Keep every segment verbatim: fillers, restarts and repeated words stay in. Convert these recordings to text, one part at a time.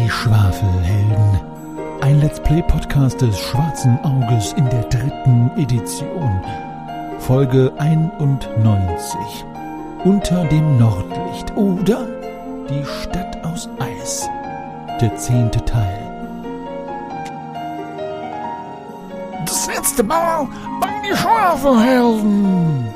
Die Schwafelhelden. Ein Let's Play Podcast des Schwarzen Auges in der dritten Edition. Folge einundneunzig. Unter dem Nordlicht oder Die Stadt aus Eis. Der zehnte Teil. Das letzte Mal bei die Schwafelhelden.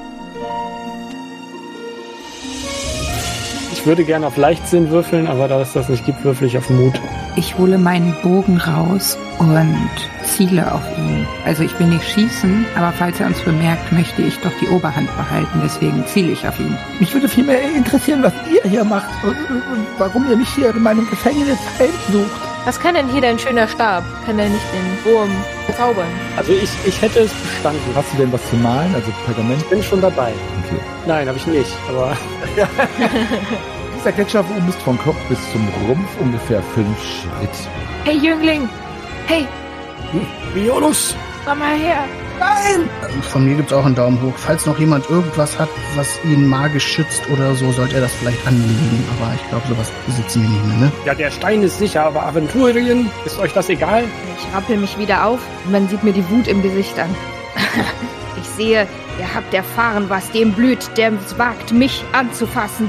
Ich würde gerne auf Leichtsinn würfeln, aber da es das nicht gibt, würfel ich auf Mut. Ich hole meinen Bogen raus und ziele auf ihn. Also ich will nicht schießen, aber falls er uns bemerkt, möchte ich doch die Oberhand behalten. Deswegen ziele ich auf ihn. Mich würde vielmehr interessieren, was ihr hier macht und, und warum ihr mich hier in meinem Gefängnis heimsucht. Was kann denn hier dein schöner Stab? Kann der nicht den Wurm zaubern? Also ich, ich hätte es bestanden. Hast du denn was zu malen, also Pergament? Ich bin schon dabei. Okay. Nein, habe ich nicht, aber... Dieser Gletscherwurm ist vom Kopf bis zum Rumpf ungefähr fünf Schritt. Hey Jüngling! Hey! Violus! Komm mal her! Nein! Von mir gibt's auch einen Daumen hoch. Falls noch jemand irgendwas hat, was ihn magisch schützt oder so, sollte er das vielleicht anlegen. Aber ich glaube, sowas besitzen wir nicht mehr, ne? Ja, der Stein ist sicher, aber Aventurien, ist euch das egal? Ich rappel mich wieder auf. Man sieht mir die Wut im Gesicht an. Ich sehe, ihr habt erfahren, was dem blüht, der es wagt, mich anzufassen.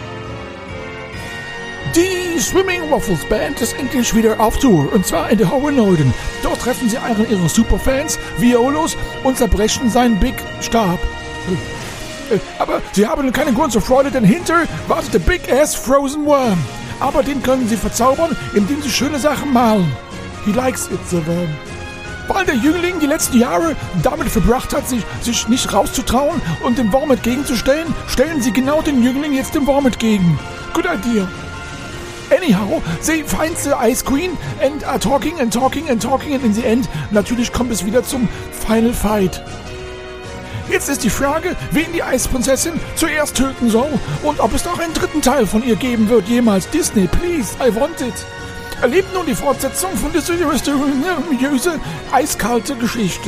Die Swimming Waffles Band ist endlich wieder auf Tour, und zwar in der Hohen Norden. Dort treffen sie einen ihrer Superfans, Violus, und zerbrechen seinen Big Stab. Aber sie haben keine Grund zur Freude, denn hinter wartet der Big Ass Frozen Worm. Aber den können sie verzaubern, indem sie schöne Sachen malen. He likes it, the worm. Weil der Jüngling die letzten Jahre damit verbracht hat, sich, sich nicht rauszutrauen und dem Worm entgegenzustellen, stellen sie genau den Jüngling jetzt dem Worm entgegen. Good idea. Anyhow, they find the Ice Queen and are talking and talking and talking and in the end, natürlich kommt es wieder zum Final Fight. Jetzt ist die Frage, wen die Eisprinzessin zuerst töten soll und ob es noch einen dritten Teil von ihr geben wird jemals. Disney, please, I want it. Erlebt nun die Fortsetzung von dieser mysteriöse, eiskalte Geschichte.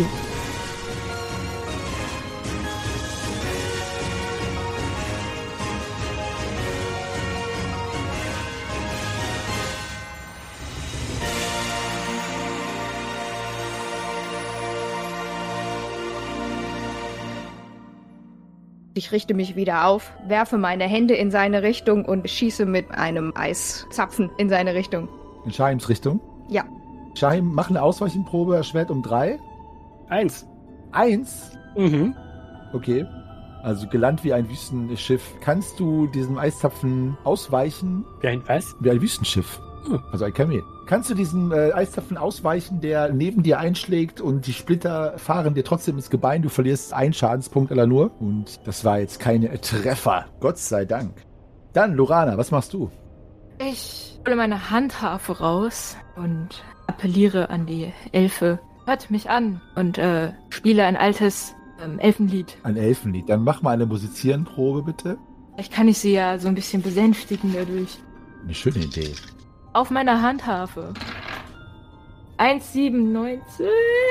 Ich richte mich wieder auf, werfe meine Hände in seine Richtung und schieße mit einem Eiszapfen in seine Richtung. In Shahims Richtung? Ja. Shahim, mach eine Ausweichenprobe, Schwert um drei. Eins. Eins? Mhm. Okay. Also gelandet wie ein Wüstenschiff. Kannst du diesem Eiszapfen ausweichen? Wie ein was? Wie ein Wüstenschiff. Hm. Also ein Kamel. Kannst du diesem äh, Eiszapfen ausweichen, der neben dir einschlägt und die Splitter fahren dir trotzdem ins Gebein? Du verlierst einen Schadenspunkt aller nur. Und das war jetzt keine Treffer. Gott sei Dank. Dann, Lorana, was machst du? Ich hole meine Handharfe raus und appelliere an die Elfe. Hört mich an und äh, spiele ein altes ähm, Elfenlied. Ein Elfenlied. Dann mach mal eine Musizierenprobe, bitte. Vielleicht kann ich sie ja so ein bisschen besänftigen dadurch. Eine schöne Idee. Auf meiner Handharfe. eins sieben neunzehn.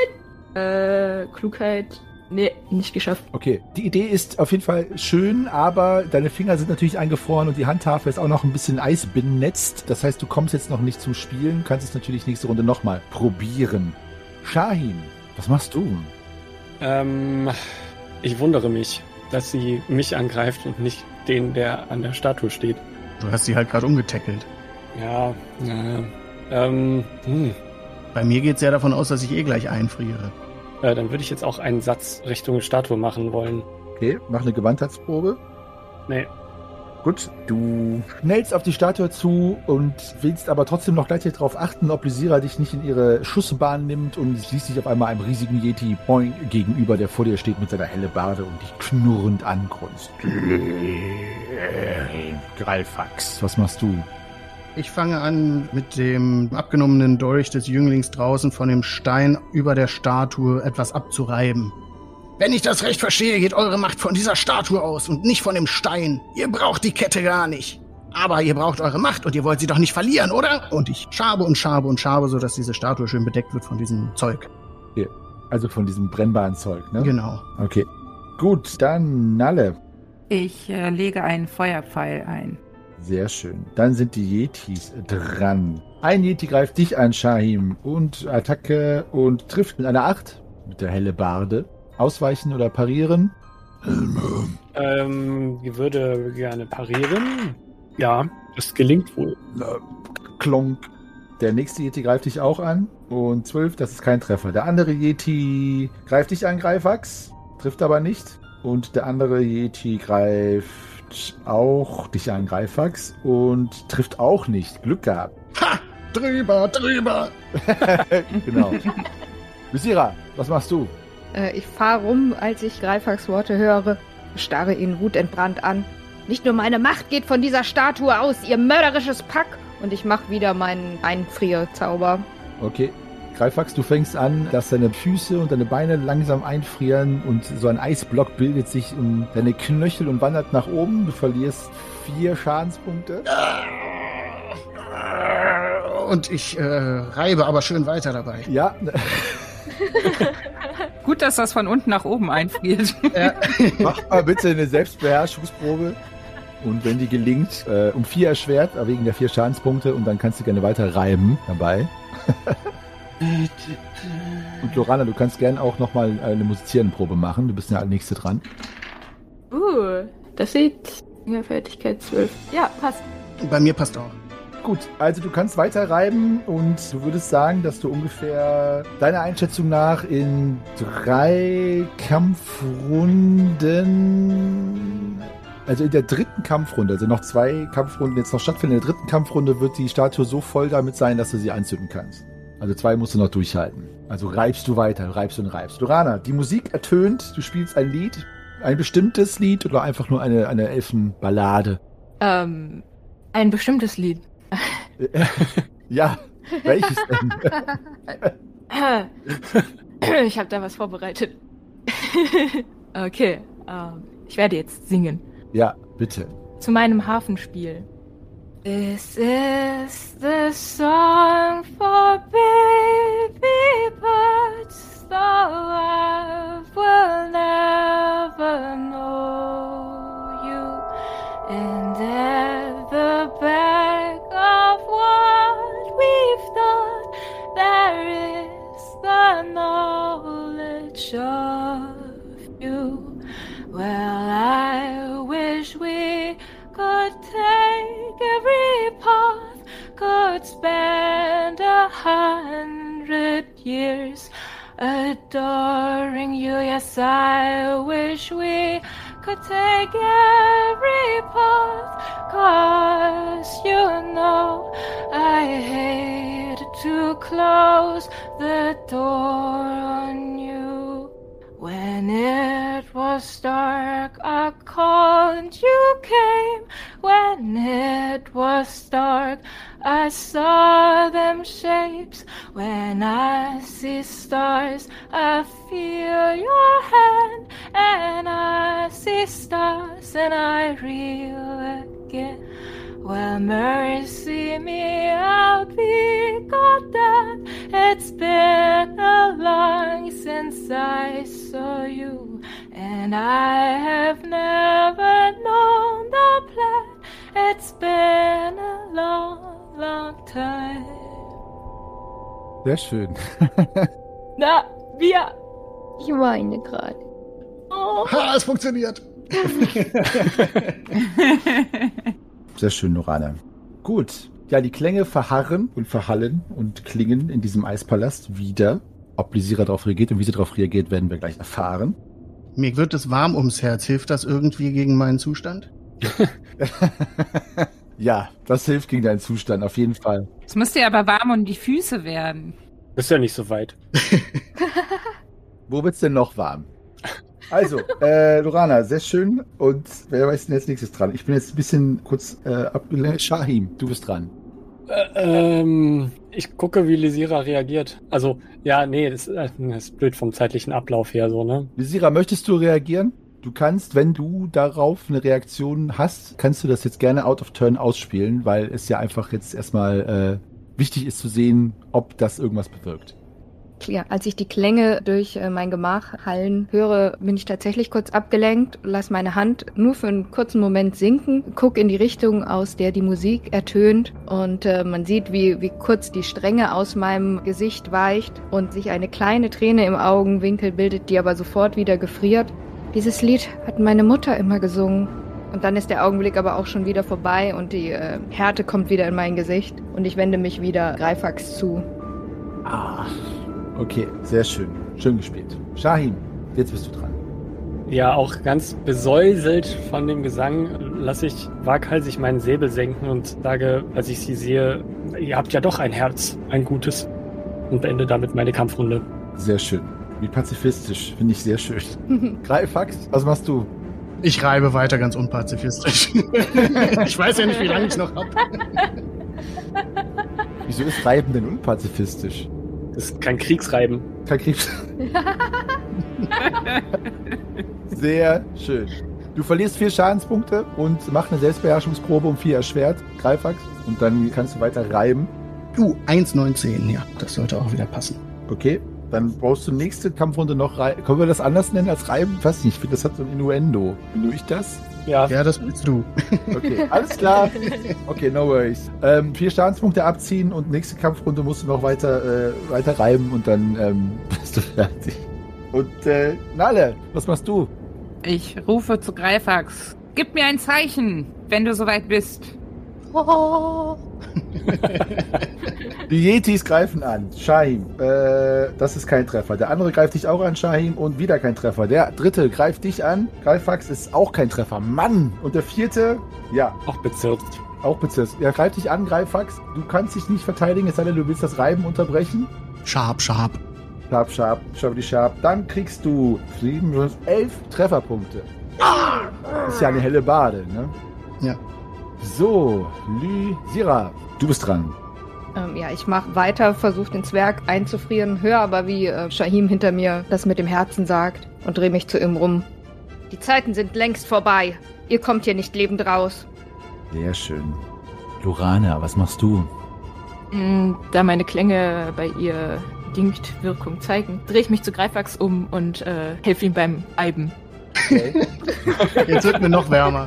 Äh, Klugheit. Nee, nicht geschafft. Okay, die Idee ist auf jeden Fall schön, aber deine Finger sind natürlich eingefroren und die Handharfe ist auch noch ein bisschen eisbennetzt. Das heißt, du kommst jetzt noch nicht zum Spielen, kannst es natürlich nächste Runde nochmal probieren. Shahim, was machst du? Ähm, ich wundere mich, dass sie mich angreift und nicht den, der an der Statue steht. Du hast sie halt gerade umgetackelt. Ja, ja, ähm, hm. Bei mir geht's ja davon aus, dass ich eh gleich einfriere. Äh, dann würde ich jetzt auch einen Satz Richtung Statue machen wollen. Okay, mach eine Gewandtheitsprobe. Nee. Gut, du schnellst auf die Statue zu und willst aber trotzdem noch gleich darauf achten, ob Lysira dich nicht in ihre Schussbahn nimmt und siehst dich auf einmal einem riesigen Yeti boing, gegenüber, der vor dir steht mit seiner Hellebarde und dich knurrend angrunzt. Gralfax, was machst du? Ich fange an, mit dem abgenommenen Dolch des Jünglings draußen von dem Stein über der Statue etwas abzureiben. Wenn ich das recht verstehe, geht eure Macht von dieser Statue aus und nicht von dem Stein. Ihr braucht die Kette gar nicht. Aber ihr braucht eure Macht und ihr wollt sie doch nicht verlieren, oder? Und ich schabe und schabe und schabe, sodass diese Statue schön bedeckt wird von diesem Zeug. Okay. Also von diesem brennbaren Zeug, ne? Genau. Okay. Gut, dann Nalle. Ich äh, lege einen Feuerpfeil ein. Sehr schön. Dann sind die Yetis dran. Ein Yeti greift dich an, Shahim. Und Attacke und trifft mit einer acht. Mit der Hellebarde. Ausweichen oder parieren? Ähm, ich würde gerne parieren. Ja, das gelingt wohl. Na, klonk. Der nächste Yeti greift dich auch an. Und zwölf, das ist kein Treffer. Der andere Yeti greift dich an, Greifax. Trifft aber nicht. Und der andere Yeti greift auch dich an, Greifax. Und trifft auch nicht. Glück gehabt. Ha! Drüber, drüber! Genau. Lysira, was machst du? Äh, ich fahre rum, als ich Greifax Worte höre, starre ihn wutentbrannt an. Nicht nur meine Macht geht von dieser Statue aus, ihr mörderisches Pack! Und ich mache wieder meinen Einfrierzauber. Okay. Greifax, du fängst an, dass deine Füße und deine Beine langsam einfrieren und so ein Eisblock bildet sich um deine Knöchel und wandert nach oben. Du verlierst vier Schadenspunkte. Und ich äh, reibe aber schön weiter dabei. Ja. Gut, dass das von unten nach oben einfriert. Ja. Mach mal bitte eine Selbstbeherrschungsprobe. Und wenn die gelingt, äh, um vier erschwert, wegen der vier Schadenspunkte, und dann kannst du gerne weiter reiben dabei. Und Lorana, du kannst gerne auch nochmal eine Musizierenprobe machen. Du bist ja als Nächste dran. Uh, das sieht... Fertigkeit zwölf. Ja, passt. Bei mir passt auch. Gut, also du kannst weiter reiben und du würdest sagen, dass du ungefähr deiner Einschätzung nach in drei Kampfrunden, also in der dritten Kampfrunde, also noch zwei Kampfrunden jetzt noch stattfinden, in der dritten Kampfrunde wird die Statue so voll damit sein, dass du sie anzünden kannst. Also zwei musst du noch durchhalten. Also reibst du weiter, reibst und reibst. Lorana, die Musik ertönt, du spielst ein Lied, ein bestimmtes Lied oder einfach nur eine, eine Elfenballade? Ähm, ein bestimmtes Lied. Ja, welches denn? Ich habe da was vorbereitet. Okay, ähm, ich werde jetzt singen. Ja, bitte. Zu meinem Hafenspiel. This is the song for baby birds, though I will never know you. And at the back of what we've done, there is the knowledge of you. Well, I wish we could take every path, could spend a hundred years adoring you. Yes, I wish we could take every path, 'cause you know I hate to close the door on you. When it was dark, I called, you came. When it was dark, I saw them shapes. When I see stars, I feel your hand. And I see stars and I reel again. Well, mercy me, I'll be goddamn. It's been a long since I saw you, and I have never known the plan. It's been a long, long time. Sehr schön. Na, wir. Ich weine gerade. Oh. Ha, es funktioniert. Sehr schön, Lorana. Gut. Ja, die Klänge verharren und verhallen und klingen in diesem Eispalast wieder. Ob Lysira darauf reagiert und wie sie darauf reagiert, werden wir gleich erfahren. Mir wird es warm ums Herz. Hilft das irgendwie gegen meinen Zustand? Ja, das hilft gegen deinen Zustand, auf jeden Fall. Es müsste ja aber warm um die Füße werden. Ist ja nicht so weit. Wo wird's denn noch warm? Also, äh, Lorana, sehr schön. Und wer weiß denn jetzt nächstes dran? Ich bin jetzt ein bisschen kurz äh, abgelenkt. Shahim, du bist dran. Äh, ähm, ich gucke, wie Lysira reagiert. Also, ja, nee, das, das ist blöd vom zeitlichen Ablauf her so, ne? Lysira, möchtest du reagieren? Du kannst, wenn du darauf eine Reaktion hast, kannst du das jetzt gerne out of turn ausspielen, weil es ja einfach jetzt erstmal äh, wichtig ist zu sehen, ob das irgendwas bewirkt. Ja, als ich die Klänge durch äh, mein Gemach hallen höre, bin ich tatsächlich kurz abgelenkt, lasse meine Hand nur für einen kurzen Moment sinken, gucke in die Richtung, aus der die Musik ertönt und äh, man sieht, wie, wie kurz die Strenge aus meinem Gesicht weicht und sich eine kleine Träne im Augenwinkel bildet, die aber sofort wieder gefriert. Dieses Lied hat meine Mutter immer gesungen. Und dann ist der Augenblick aber auch schon wieder vorbei und die äh, Härte kommt wieder in mein Gesicht und ich wende mich wieder Greifax zu. Ah, okay, sehr schön. Schön gespielt. Shahim, jetzt bist du dran. Ja, auch ganz besäuselt von dem Gesang lasse ich waghalsig meinen Säbel senken und sage, als ich sie sehe, ihr habt ja doch ein Herz, ein gutes. Und beende damit meine Kampfrunde. Sehr schön. Wie pazifistisch, finde ich sehr schön. Greifax, was machst du? Ich reibe weiter ganz unpazifistisch. Ich weiß ja nicht, wie lange ich noch habe. Wieso ist Reiben denn unpazifistisch? Das ist kein Kriegsreiben. Kein Kriegs. Sehr schön. Du verlierst vier Schadenspunkte und mach eine Selbstbeherrschungsprobe um vier erschwert, Greifax, und dann kannst du weiter reiben. Du, eins neunzehn, ja, das sollte auch wieder passen. Okay, dann brauchst du nächste Kampfrunde noch reiben. Können wir das anders nennen als reiben? Ich weiß nicht, ich finde, das hat so ein Innuendo. Bin nur ich das? Ja. Ja, das bist du. Okay, alles klar. Okay, no worries. Ähm, vier Schadenspunkte abziehen und nächste Kampfrunde musst du noch weiter, äh, weiter reiben und dann ähm, bist du fertig. Und äh, Nalle, was machst du? Ich rufe zu Greifax. Gib mir ein Zeichen, wenn du soweit bist. Die Yetis greifen an. Shahim, äh, das ist kein Treffer. Der andere greift dich auch an, Shahim, und wieder kein Treffer. Der dritte greift dich an. Greifax ist auch kein Treffer. Mann! Und der vierte, ja. Auch bezirzt. Auch bezirzt. Er greift dich an, Greifax. Du kannst dich nicht verteidigen, es sei denn, du willst das Reiben unterbrechen. Sharp, sharp. Sharp, sharp, sharp, sharp. Dann kriegst du sieben, elf Trefferpunkte. Das ist ja eine helle Bade, ne? Ja. So, Lysira, du bist dran. Ähm, ja, ich mache weiter, versuche den Zwerg einzufrieren, höre aber, wie äh, Shahim hinter mir das mit dem Herzen sagt und drehe mich zu ihm rum. Die Zeiten sind längst vorbei. Ihr kommt hier nicht lebend raus. Sehr schön. Lorana, was machst du? Mm, Da meine Klänge bei ihr bedingt Wirkung zeigen, drehe ich mich zu Greifax um und äh, helfe ihm beim Eiben. Okay. Jetzt wird mir noch wärmer.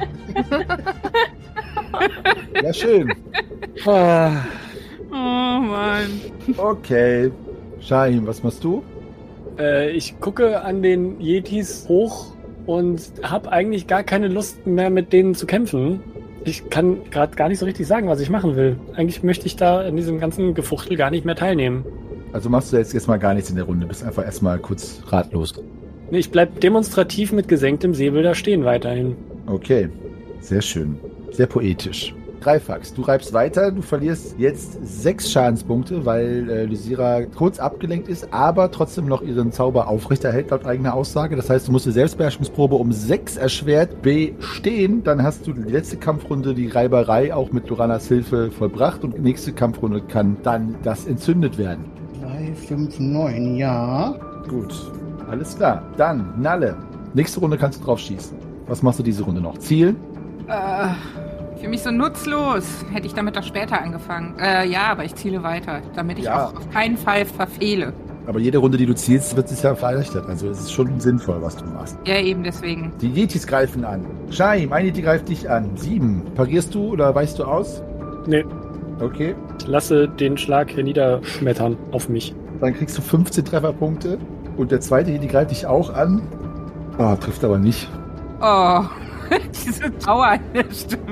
Ja, schön. Ah, Oh Mann. Okay. Shahim, was machst du? äh, ich gucke an den Yetis hoch und habe eigentlich gar keine Lust mehr, mit denen zu kämpfen. Ich kann gerade gar nicht so richtig sagen, was ich machen will. Eigentlich möchte ich da in diesem ganzen Gefuchtel gar nicht mehr teilnehmen. Also machst du jetzt erstmal gar nichts in der Runde, bist einfach erstmal kurz ratlos. Nee, ich bleib demonstrativ mit gesenktem Säbel da stehen weiterhin. Okay, sehr schön. Sehr poetisch. Greifax, du reibst weiter, du verlierst jetzt sechs Schadenspunkte, weil äh, Lysira kurz abgelenkt ist, aber trotzdem noch ihren Zauber aufrechterhält, laut eigener Aussage. Das heißt, du musst die Selbstbeherrschungsprobe um sechs erschwert bestehen. Dann hast du die letzte Kampfrunde, die Reiberei, auch mit Loranas Hilfe vollbracht und die nächste Kampfrunde kann dann das entzündet werden. drei, fünf, neun, ja. Gut, alles klar. Dann, Nalle, nächste Runde kannst du drauf schießen. Was machst du diese Runde noch? Zielen? Äh, für mich so nutzlos. Hätte ich damit doch später angefangen. Äh, ja, aber ich ziele weiter, damit ich Ja. auch auf keinen Fall verfehle. Aber jede Runde, die du zielst, wird sich ja verleichtert. Also es ist schon sinnvoll, was du machst. Ja, eben deswegen. Die Yetis greifen an. Shahim, ein Yeti greift dich an. Sieben. Parierst du oder weichst du aus? Nee, Okay. ich lasse den Schlag hier niederschmettern auf mich. Dann kriegst du fünfzehn Trefferpunkte. Und der zweite Yeti greift dich auch an. Ah, trifft aber nicht. Oh, diese Trauer in der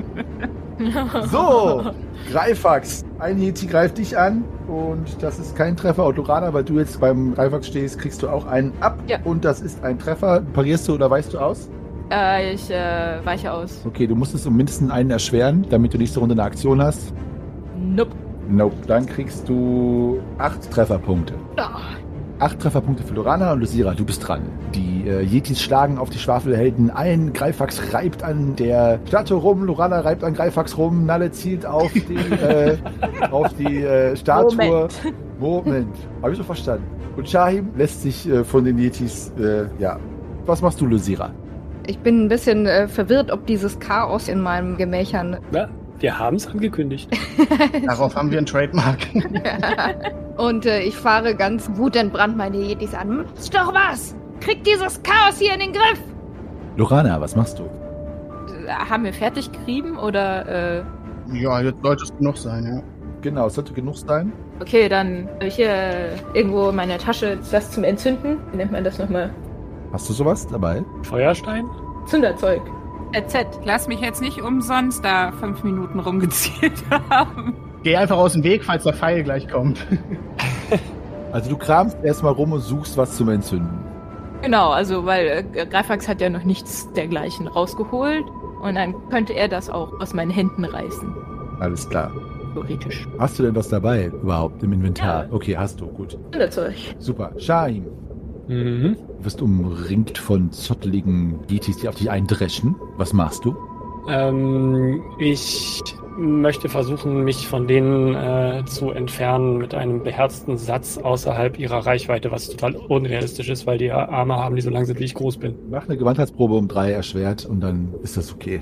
Stimme. So, Greifax. Ein Yeti greift dich an. Und das ist kein Treffer. Und Lorana, weil du jetzt beim Greifax stehst, kriegst du auch einen ab. Ja. Und das ist ein Treffer. Parierst du oder weichst du aus? Äh, ich äh, weiche aus. Okay, du musst es um mindestens einen erschweren, damit du nächste Runde eine Aktion hast. Nope. Nope. Dann kriegst du acht Trefferpunkte. Ah. Acht Trefferpunkte für Lorana und Lysira, du bist dran. Die äh, Yetis schlagen auf die Schwafelhelden ein. Greifax reibt an der Statue rum. Lorana reibt an Greifax rum. Nalle zielt auf die, äh, auf die äh, Statue. Moment. Moment. Hab ich so verstanden. Und Shahim lässt sich äh, von den Yetis, äh, ja. Was machst du, Lysira? Ich bin ein bisschen äh, verwirrt, ob dieses Chaos in meinen Gemächern... Na, wir haben es angekündigt. Darauf haben wir ein Trademark. Und äh, ich fahre ganz wutentbrannt meine Yetis an. Ist doch was! Kriegt dieses Chaos hier in den Griff! Lorana, was machst du? Haben wir fertig gerieben oder... Äh... Ja, jetzt sollte es genug sein, ja. Genau, es sollte genug sein. Okay, dann habe ich hier irgendwo in meiner Tasche das zum Entzünden. Wie nennt man das nochmal? Hast du sowas dabei? Feuerstein? Zünderzeug. R Z. Lass mich jetzt nicht umsonst da fünf Minuten rumgezielt haben. Geh einfach aus dem Weg, falls der Pfeil gleich kommt. Also du kramst erstmal rum und suchst was zum Entzünden. Genau, also weil äh, Greifax hat ja noch nichts dergleichen rausgeholt. Und dann könnte er das auch aus meinen Händen reißen. Alles klar. Theoretisch. Hast du denn was dabei überhaupt im Inventar? Ja. Okay, hast du, gut. Zünderzeug. Super. Shahim, Mhm. du wirst umringt von zotteligen Yetis, die auf dich eindreschen. Was machst du? Ähm, ich möchte versuchen, mich von denen äh, zu entfernen mit einem beherzten Satz außerhalb ihrer Reichweite, was total unrealistisch ist, weil die Arme haben, die so lang sind, wie ich groß bin. Mach eine Gewandheitsprobe um drei erschwert und dann ist das okay.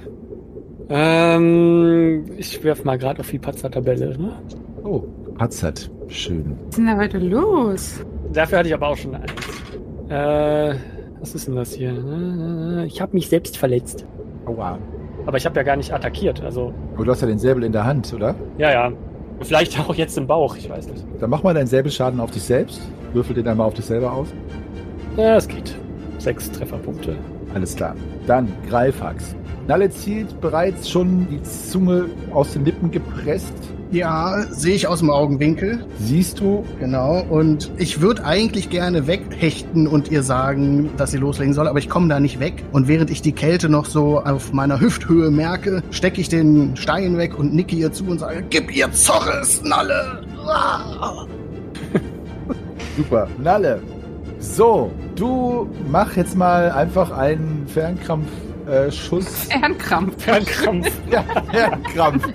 Ähm, ich werf mal gerade auf die Patzer-Tabelle. Ne? Oh, Patzert. Schön. Was ist denn da heute los? Dafür hatte ich aber auch schon eins. Äh, was ist denn das hier? Ich habe mich selbst verletzt. Aua. Aber ich habe ja gar nicht attackiert, also... Aber du hast ja den Säbel in der Hand, oder? Ja, ja. Vielleicht auch jetzt im Bauch, ich weiß nicht. Dann mach mal deinen Säbelschaden auf dich selbst. Würfel den einmal auf dich selber aus. Ja, es geht. Sechs Trefferpunkte. Alles klar. Dann Greifax. Nalle zielt bereits schon die Zunge aus den Lippen gepresst. Ja, sehe ich aus dem Augenwinkel. Siehst du? Genau. Und ich würde eigentlich gerne weghechten und ihr sagen, dass sie loslegen soll, aber ich komme da nicht weg. Und während ich die Kälte noch so auf meiner Hüfthöhe merke, stecke ich den Stein weg und nicke ihr zu und sage, gib ihr Zorres, Nalle! Ah! Super. Nalle. So, du mach jetzt mal einfach einen Fernkampf. Äh, Schuss. Fernkrampf. Fernkrampf. Ja, Fernkrampf.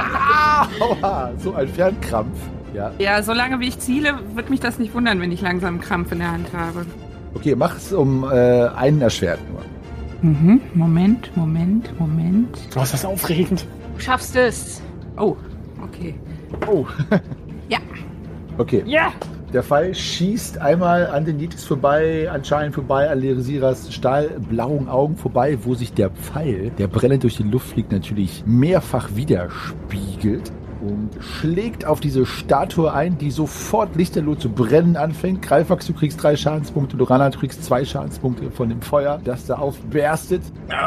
Aua, so ein Fernkrampf. Ja. Ja, solange wie ich ziele, wird mich das nicht wundern, wenn ich langsam einen Krampf in der Hand habe. Okay, mach es um äh, einen erschwert nur. Mhm, Moment, Moment, Moment. Oh, ist das aufregend. Du schaffst es. Oh, okay. Oh. Ja. Okay. Ja! Der Pfeil schießt einmal an den Yetis vorbei, anscheinend vorbei, an Leresiras stahlblauen Augen vorbei, wo sich der Pfeil, der brennend durch die Luft fliegt, natürlich mehrfach widerspiegelt und schlägt auf diese Statue ein, die sofort lichterloh zu brennen anfängt. Greifax, du kriegst drei Schadenspunkte, Lorana, du kriegst zwei Schadenspunkte von dem Feuer, das da aufberstet.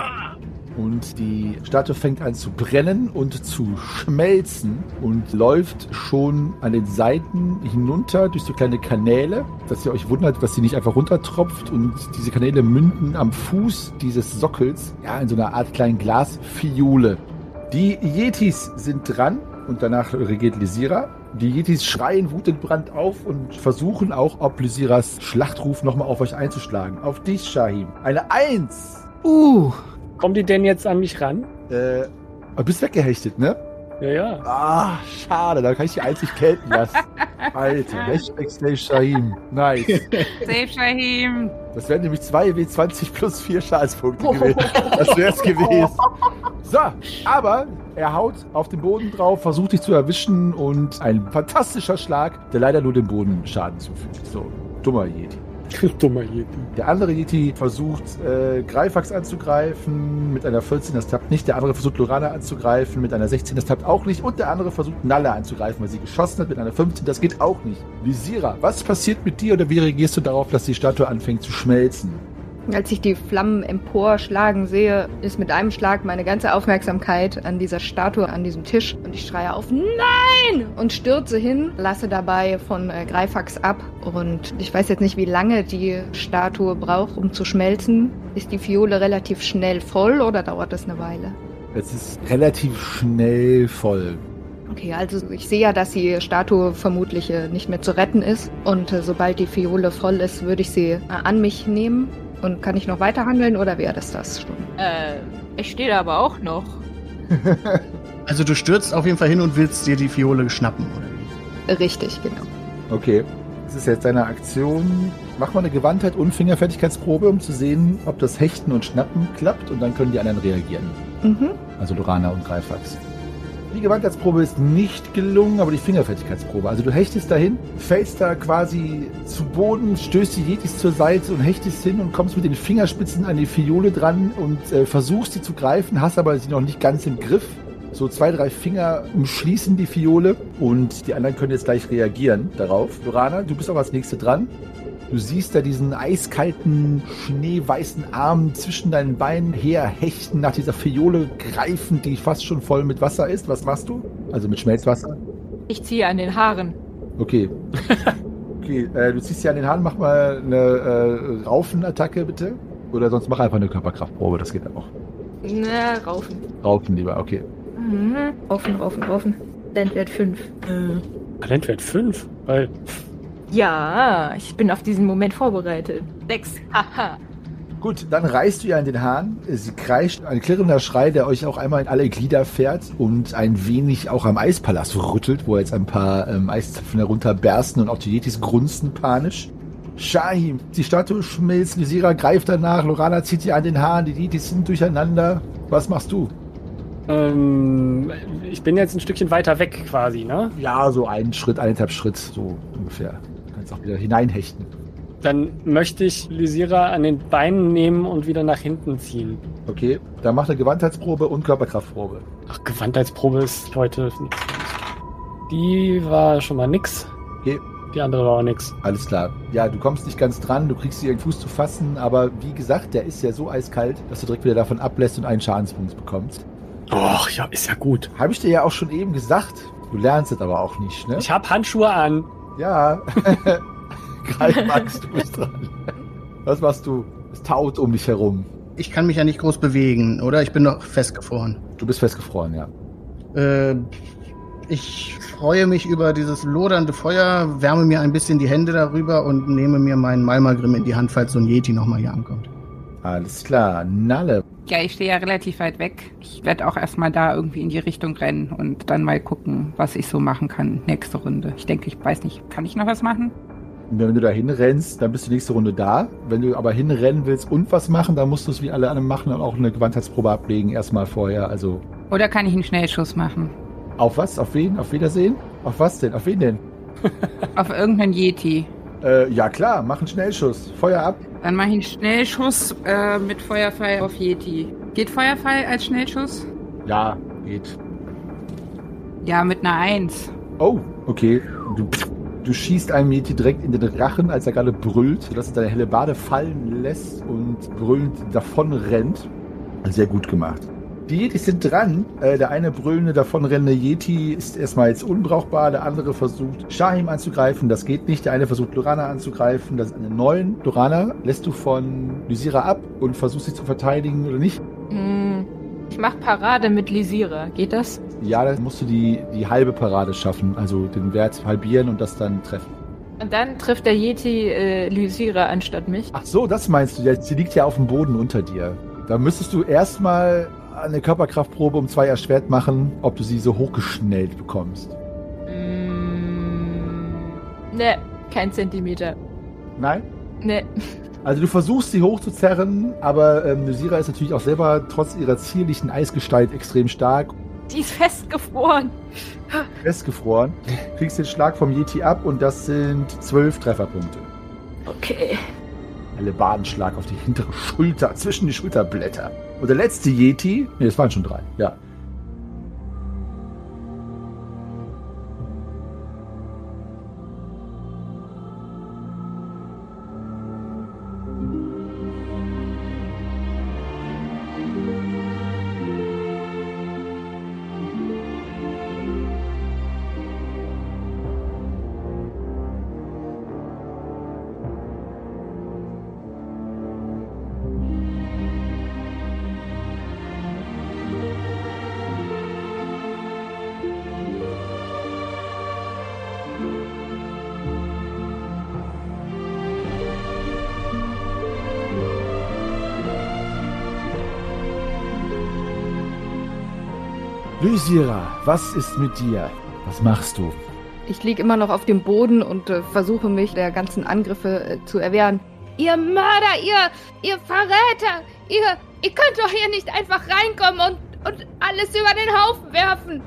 Und die Statue fängt an zu brennen und zu schmelzen und läuft schon an den Seiten hinunter durch so kleine Kanäle, dass ihr euch wundert, dass sie nicht einfach runtertropft. Und diese Kanäle münden am Fuß dieses Sockels, ja, in so einer Art kleinen Glasfiole. Die Yetis sind dran und danach regiert Lysira. Die Yetis schreien wutentbrannt auf und versuchen auch, ob Lysiras Schlachtruf nochmal auf euch einzuschlagen. Auf dich, Shahim. Eine Eins! Uh. Kommen die denn jetzt an mich ran? Äh, du bist weggehechtet, ne? Ja, ja. Ah, schade, da kann ich die einzig gelten lassen. Alter, Hashtag Slave Shahim. Nice. Save Shahim. Das wären nämlich zwei W zwanzig plus vier Schadenspunkte gewesen. Das wär's gewesen. So, aber er haut auf den Boden drauf, versucht dich zu erwischen und ein fantastischer Schlag, der leider nur dem Boden Schaden zufügt. So, dummer Yeti. Dummer Yeti. Der andere Yeti versucht, äh, Greifax anzugreifen. Mit einer vierzehn, das klappt nicht. Der andere versucht, Lorana anzugreifen. Mit einer sechzehn, das klappt auch nicht. Und der andere versucht, Nalle anzugreifen, weil sie geschossen hat. Mit einer fünfzehn, das geht auch nicht. Lysira, was passiert mit dir oder wie reagierst du darauf, dass die Statue anfängt zu schmelzen? Als ich die Flammen emporschlagen sehe, ist mit einem Schlag meine ganze Aufmerksamkeit an dieser Statue, an diesem Tisch. Und ich schreie auf, nein! Und stürze hin, lasse dabei von äh, Greifax ab. Und ich weiß jetzt nicht, wie lange die Statue braucht, um zu schmelzen. Ist die Fiole relativ schnell voll oder dauert das eine Weile? Es ist relativ schnell voll. Okay, also ich sehe ja, dass die Statue vermutlich äh, nicht mehr zu retten ist. Und äh, sobald die Fiole voll ist, würde ich sie äh, an mich nehmen. Und kann ich noch weiter handeln oder wäre das das schon? Äh, ich stehe da aber auch noch. Also du stürzt auf jeden Fall hin und willst dir die Fiole schnappen, oder wie? Richtig, genau. Okay, das ist jetzt deine Aktion. Mach mal eine Gewandtheit und Fingerfertigkeitsprobe, um zu sehen, ob das Hechten und Schnappen klappt. Und dann können die anderen reagieren. Mhm. Also Lorana und Greifax. Die Gewandheitsprobe ist nicht gelungen, aber die Fingerfertigkeitsprobe. Also du hechtest dahin, fällst da quasi zu Boden, stößt die Yetis zur Seite und hechtest hin und kommst mit den Fingerspitzen an die Fiole dran und äh, versuchst sie zu greifen, hast aber sie noch nicht ganz im Griff. So zwei, drei Finger umschließen die Fiole und die anderen können jetzt gleich reagieren darauf. Lorana, du bist auch als Nächste dran. Du siehst da diesen eiskalten, schneeweißen Arm zwischen deinen Beinen herhechten, nach dieser Fiole greifen, die fast schon voll mit Wasser ist. Was machst du? Also mit Schmelzwasser? Ich ziehe an den Haaren. Okay. Okay, äh, du ziehst dir an den Haaren, mach mal eine äh, Raufenattacke bitte. Oder sonst mach einfach eine Körperkraftprobe, das geht auch. Na, raufen. Raufen lieber, okay. Mhm. Raufen, raufen, raufen. Talentwert fünf. Äh. Talentwert fünf? Weil... Ja, ich bin auf diesen Moment vorbereitet. Sechs, haha. Gut, dann reißt du ihr an den Haaren. Sie kreischt, ein klirrender Schrei, der euch auch einmal in alle Glieder fährt und ein wenig auch am Eispalast rüttelt, wo jetzt ein paar ähm, Eiszapfen herunterbersten und auch die Yetis grunzen panisch. Shahim, die Statue schmilzt, Lysira greift danach, Lorana zieht ihr an den Haaren, die Yetis sind durcheinander. Was machst du? Ähm, ich bin jetzt ein Stückchen weiter weg quasi, ne? Ja, so einen Schritt, eineinhalb Schritt, so ungefähr. Du kannst auch wieder hineinhechten. Dann möchte ich Lysira an den Beinen nehmen und wieder nach hinten ziehen. Okay, dann mach eine Gewandheitsprobe und Körperkraftprobe. Ach, Gewandheitsprobe ist heute nix. Die war schon mal nix. Okay. Die andere war auch nix. Alles klar. Ja, du kommst nicht ganz dran, du kriegst ihren Fuß zu fassen, aber wie gesagt, der ist ja so eiskalt, dass du direkt wieder davon ablässt und einen Schadenspunkt bekommst. Och, ja, ist ja gut. Habe ich dir ja auch schon eben gesagt. Du lernst es aber auch nicht, ne? Ich hab Handschuhe an. Ja. Greif, Max, du bist dran. Was machst du? Es taut um dich herum. Ich kann mich ja nicht groß bewegen, oder? Ich bin noch festgefroren. Du bist festgefroren, ja. Äh, ich freue mich über dieses lodernde Feuer, wärme mir ein bisschen die Hände darüber und nehme mir meinen Malmagrim in die Hand, falls so ein Yeti nochmal hier ankommt. Alles klar. Nalle. Ja, ich stehe ja relativ weit weg. Ich werde auch erstmal da irgendwie in die Richtung rennen und dann mal gucken, was ich so machen kann nächste Runde. Ich denke, ich weiß nicht, kann ich noch was machen? Wenn du da hinrennst, dann bist du nächste Runde da. Wenn du aber hinrennen willst und was machen, dann musst du es wie alle anderen machen und auch eine Gewandheitsprobe ablegen, erstmal vorher. Also Oder kann ich einen Schnellschuss machen? Auf was? Auf wen? Auf Wiedersehen? Auf was denn? Auf wen denn? Auf irgendeinen Yeti. Äh, ja klar, mach einen Schnellschuss. Feuer ab. Dann mache ich einen Schnellschuss äh, mit Feuerpfeil auf Yeti. Geht Feuerpfeil als Schnellschuss? Ja, geht. Ja, mit einer Eins. Oh, okay. Du, du schießt einem Yeti direkt in den Rachen, als er gerade brüllt, sodass er seine Hellebarde fallen lässt und brüllend davon rennt. Sehr gut gemacht. Die Yetis sind dran. Äh, der eine brüllende, davonrennende Yeti ist erstmal jetzt unbrauchbar. Der andere versucht, Shahim anzugreifen. Das geht nicht. Der eine versucht, Lorana anzugreifen. Das ist eine neun. Lorana, lässt du von Lysira ab und versuchst sie zu verteidigen oder nicht? Ich mach Parade mit Lysira. Geht das? Ja, dann musst du die, die halbe Parade schaffen. Also den Wert halbieren und das dann treffen. Und dann trifft der Yeti äh, Lysira anstatt mich. Ach so, das meinst du. Sie liegt ja auf dem Boden unter dir. Da müsstest du erstmal eine Körperkraftprobe um zwei erschwert machen, ob du sie so hochgeschnellt bekommst. Mm, ne, kein Zentimeter. Nein? Ne. Also du versuchst sie hochzuzerren, aber ähm, Lysira ist natürlich auch selber trotz ihrer zierlichen Eisgestalt extrem stark. Die ist festgefroren. Festgefroren. Kriegst den Schlag vom Yeti ab und das sind zwölf Trefferpunkte. Okay. Hellebardenschlag auf die hintere Schulter, zwischen die Schulterblätter. Und der letzte Yeti, ne, es waren schon drei, ja. Lysira, was ist mit dir? Was machst du? Ich liege immer noch auf dem Boden und äh, versuche mich der ganzen Angriffe äh, zu erwehren. Ihr Mörder, ihr, ihr Verräter, ihr, ihr könnt doch hier nicht einfach reinkommen und, und alles über den Haufen werfen.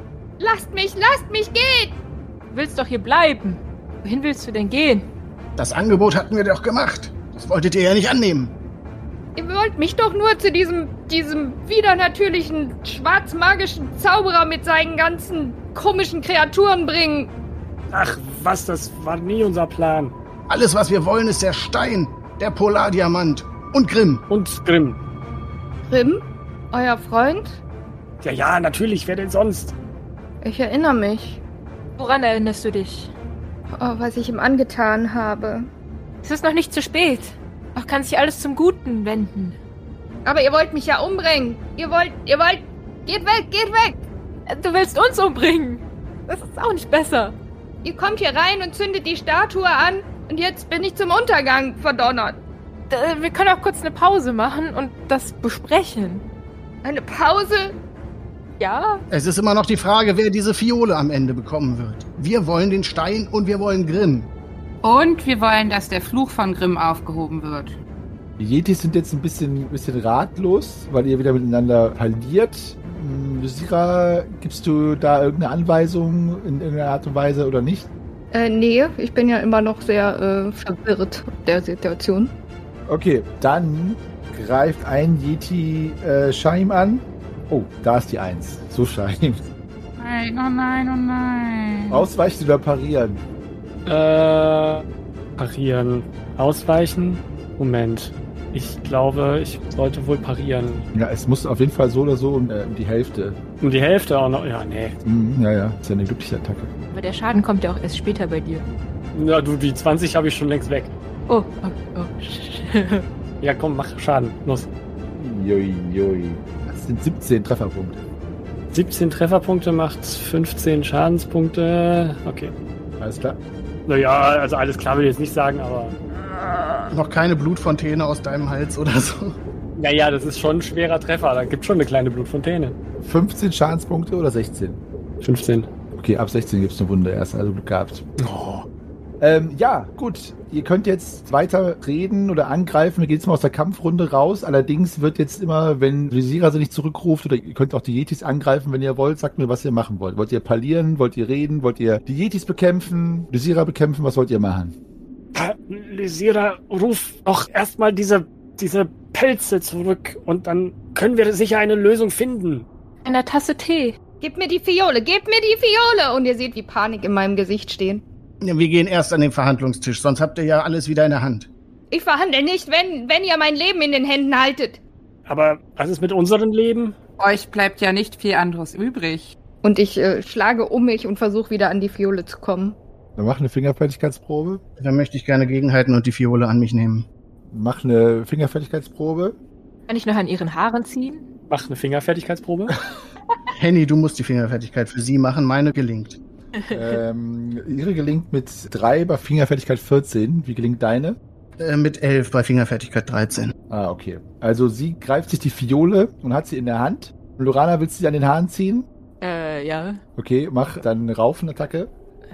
Lasst mich, lasst mich gehen! Du willst doch hier bleiben. Wohin willst du denn gehen? Das Angebot hatten wir doch gemacht. Das wolltet ihr ja nicht annehmen. Ihr wollt mich doch nur zu diesem, diesem widernatürlichen, schwarzmagischen Zauberer mit seinen ganzen komischen Kreaturen bringen. Ach, was, das war nie unser Plan. Alles, was wir wollen, ist der Stein, der Polardiamant und Grimm. Und Grimm. Grimm? Euer Freund? Ja, ja, natürlich, wer denn sonst? Ich erinnere mich. Woran erinnerst du dich? Oh, was ich ihm angetan habe. Es ist noch nicht zu spät. Auch kann sich alles zum Guten wenden. Aber ihr wollt mich ja umbringen. Ihr wollt, ihr wollt... Geht weg, geht weg! Du willst uns umbringen. Das ist auch nicht besser. Ihr kommt hier rein und zündet die Statue an und jetzt bin ich zum Untergang verdonnert. Wir können auch kurz eine Pause machen und das besprechen. Eine Pause? Ja? Es ist immer noch die Frage, wer diese Fiole am Ende bekommen wird. Wir wollen den Stein und wir wollen Grimm. Und wir wollen, dass der Fluch von Grimm aufgehoben wird. Die Yetis sind jetzt ein bisschen, bisschen ratlos, weil ihr wieder miteinander parliert. Lysira, gibst du da irgendeine Anweisung in irgendeiner Art und Weise oder nicht? Äh, nee, ich bin ja immer noch sehr äh, verwirrt der Situation. Okay, dann greift ein Yeti äh, Shaim an. Oh, da ist die Eins. So Shaim. Nein, oh nein, oh nein. Ausweichen oder parieren? Äh, parieren. Ausweichen? Moment. Ich glaube, ich sollte wohl parieren. Ja, es muss auf jeden Fall so oder so um, äh, um die Hälfte. Um die Hälfte auch noch? Ja, nee. Mhm, ja, ja, ist ja eine glückliche Attacke. Aber der Schaden kommt ja auch erst später bei dir. Ja, du, die zwanzig habe ich schon längst weg. Oh, oh, oh. Ja, komm, mach Schaden. Los. Jui, jui. Das sind siebzehn Trefferpunkte. siebzehn Trefferpunkte macht fünfzehn Schadenspunkte. Okay. Alles klar. Naja, also alles klar will ich jetzt nicht sagen, aber... Noch keine Blutfontäne aus deinem Hals oder so. Naja, das ist schon ein schwerer Treffer. Da gibt schon eine kleine Blutfontäne. fünfzehn Schadenspunkte oder sechzehn? fünfzehn. Okay, ab sechzehn gibt es eine Wunde erst, also Glück gehabt. Oh. Ähm, ja, gut. Ihr könnt jetzt weiter reden oder angreifen. Wir gehen jetzt mal aus der Kampfrunde raus. Allerdings wird jetzt immer, wenn Lysira sie nicht zurückruft, oder ihr könnt auch die Yetis angreifen, wenn ihr wollt, sagt mir, was ihr machen wollt. Wollt ihr parlieren? Wollt ihr reden? Wollt ihr die Yetis bekämpfen? Lysira bekämpfen? Was wollt ihr machen? Lysira, ruf doch erstmal diese, diese Pelze zurück und dann können wir sicher eine Lösung finden. Eine Tasse Tee. Gebt mir die Fiole, gebt mir die Fiole! Und ihr seht, wie Panik in meinem Gesicht stehen. Ja, wir gehen erst an den Verhandlungstisch, sonst habt ihr ja alles wieder in der Hand. Ich verhandle nicht, wenn, wenn ihr mein Leben in den Händen haltet. Aber was ist mit unserem Leben? Euch bleibt ja nicht viel anderes übrig. Und ich äh, schlage um mich und versuche wieder an die Fiole zu kommen. Dann mach eine Fingerfertigkeitsprobe. Dann möchte ich gerne gegenhalten und die Fiole an mich nehmen. Mach eine Fingerfertigkeitsprobe. Kann ich noch an ihren Haaren ziehen? Mach eine Fingerfertigkeitsprobe. Henny, du musst die Fingerfertigkeit für sie machen, meine gelingt. ähm, ihre gelingt mit drei bei Fingerfertigkeit vierzehn. Wie gelingt deine? Äh, mit elf bei Fingerfertigkeit dreizehn. Ah, okay. Also sie greift sich die Fiole und hat sie in der Hand. Lorana, willst du sie an den Haaren ziehen? Äh, ja. Okay, mach dann eine Raufenattacke.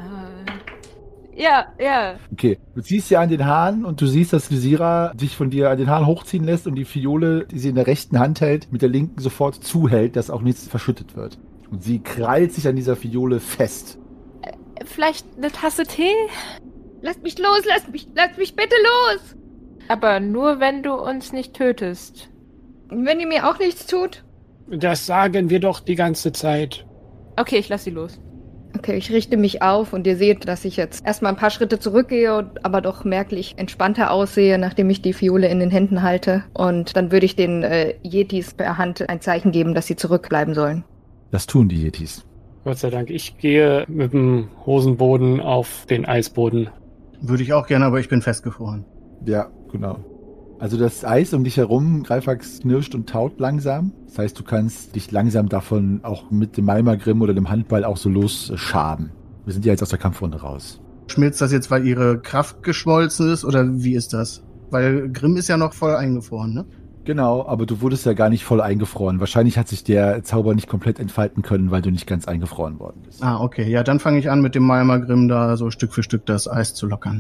Äh, ja, ja. Okay, du ziehst sie an den Haaren und du siehst, dass Lysira sich von dir an den Haaren hochziehen lässt und die Fiole, die sie in der rechten Hand hält, mit der linken sofort zuhält, dass auch nichts verschüttet wird. Und sie krallt sich an dieser Fiole fest. Äh, vielleicht eine Tasse Tee? Lasst mich los, lasst mich, lasst mich bitte los! Aber nur, wenn du uns nicht tötest. Und wenn ihr mir auch nichts tut? Das sagen wir doch die ganze Zeit. Okay, ich lass sie los. Okay, ich richte mich auf und ihr seht, dass ich jetzt erstmal ein paar Schritte zurückgehe, und aber doch merklich entspannter aussehe, nachdem ich die Fiole in den Händen halte. Und dann würde ich den äh, Yetis per Hand ein Zeichen geben, dass sie zurückbleiben sollen. Das tun die Yetis. Gott sei Dank. Ich gehe mit dem Hosenboden auf den Eisboden. Würde ich auch gerne, aber ich bin festgefroren. Ja, genau. Also das Eis um dich herum, Greifax knirscht und taut langsam. Das heißt, du kannst dich langsam davon auch mit dem Malmagrim oder dem Handball auch so losschaben. Wir sind ja jetzt aus der Kampfrunde raus. Schmilzt das jetzt, weil ihre Kraft geschmolzen ist, oder wie ist das? Weil Grimm ist ja noch voll eingefroren, ne? Genau, aber du wurdest ja gar nicht voll eingefroren. Wahrscheinlich hat sich der Zauber nicht komplett entfalten können, weil du nicht ganz eingefroren worden bist. Ah, okay. Ja, dann fange ich an, mit dem Malmagrim da so Stück für Stück das Eis zu lockern.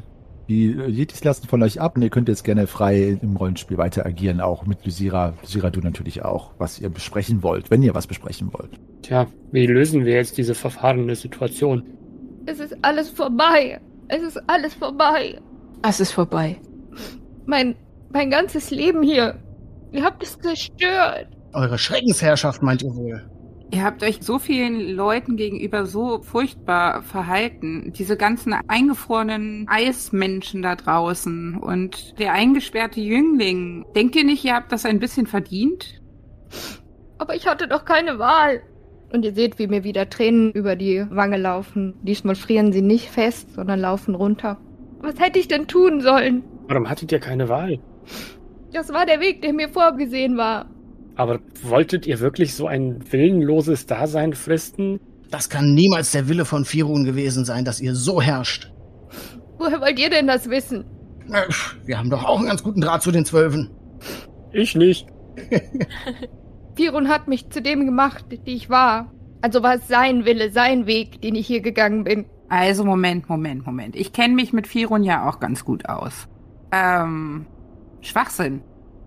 Die Yetis lassen von euch ab und ihr könnt jetzt gerne frei im Rollenspiel weiter agieren, auch mit Lysira. Lysira, du natürlich auch, was ihr besprechen wollt, wenn ihr was besprechen wollt. Tja, wie lösen wir jetzt diese verfahrene Situation? Es ist alles vorbei. Es ist alles vorbei. Es ist vorbei. Mein, mein ganzes Leben hier. Ihr habt es zerstört. Eure Schreckensherrschaft meint ihr wohl? Ihr habt euch so vielen Leuten gegenüber so furchtbar verhalten. Diese ganzen eingefrorenen Eismenschen da draußen und der eingesperrte Jüngling. Denkt ihr nicht, ihr habt das ein bisschen verdient? Aber ich hatte doch keine Wahl. Und ihr seht, wie mir wieder Tränen über die Wange laufen. Diesmal frieren sie nicht fest, sondern laufen runter. Was hätte ich denn tun sollen? Warum hattet ihr keine Wahl? Das war der Weg, der mir vorgesehen war. Aber wolltet ihr wirklich so ein willenloses Dasein fristen? Das kann niemals der Wille von Firun gewesen sein, dass ihr so herrscht. Woher wollt ihr denn das wissen? Wir haben doch auch einen ganz guten Draht zu den Zwölfen. Ich nicht. Firun hat mich zu dem gemacht, die ich war. Also war es sein Wille, sein Weg, den ich hier gegangen bin. Also Moment, Moment, Moment. Ich kenne mich mit Firun ja auch ganz gut aus. Ähm, Schwachsinn.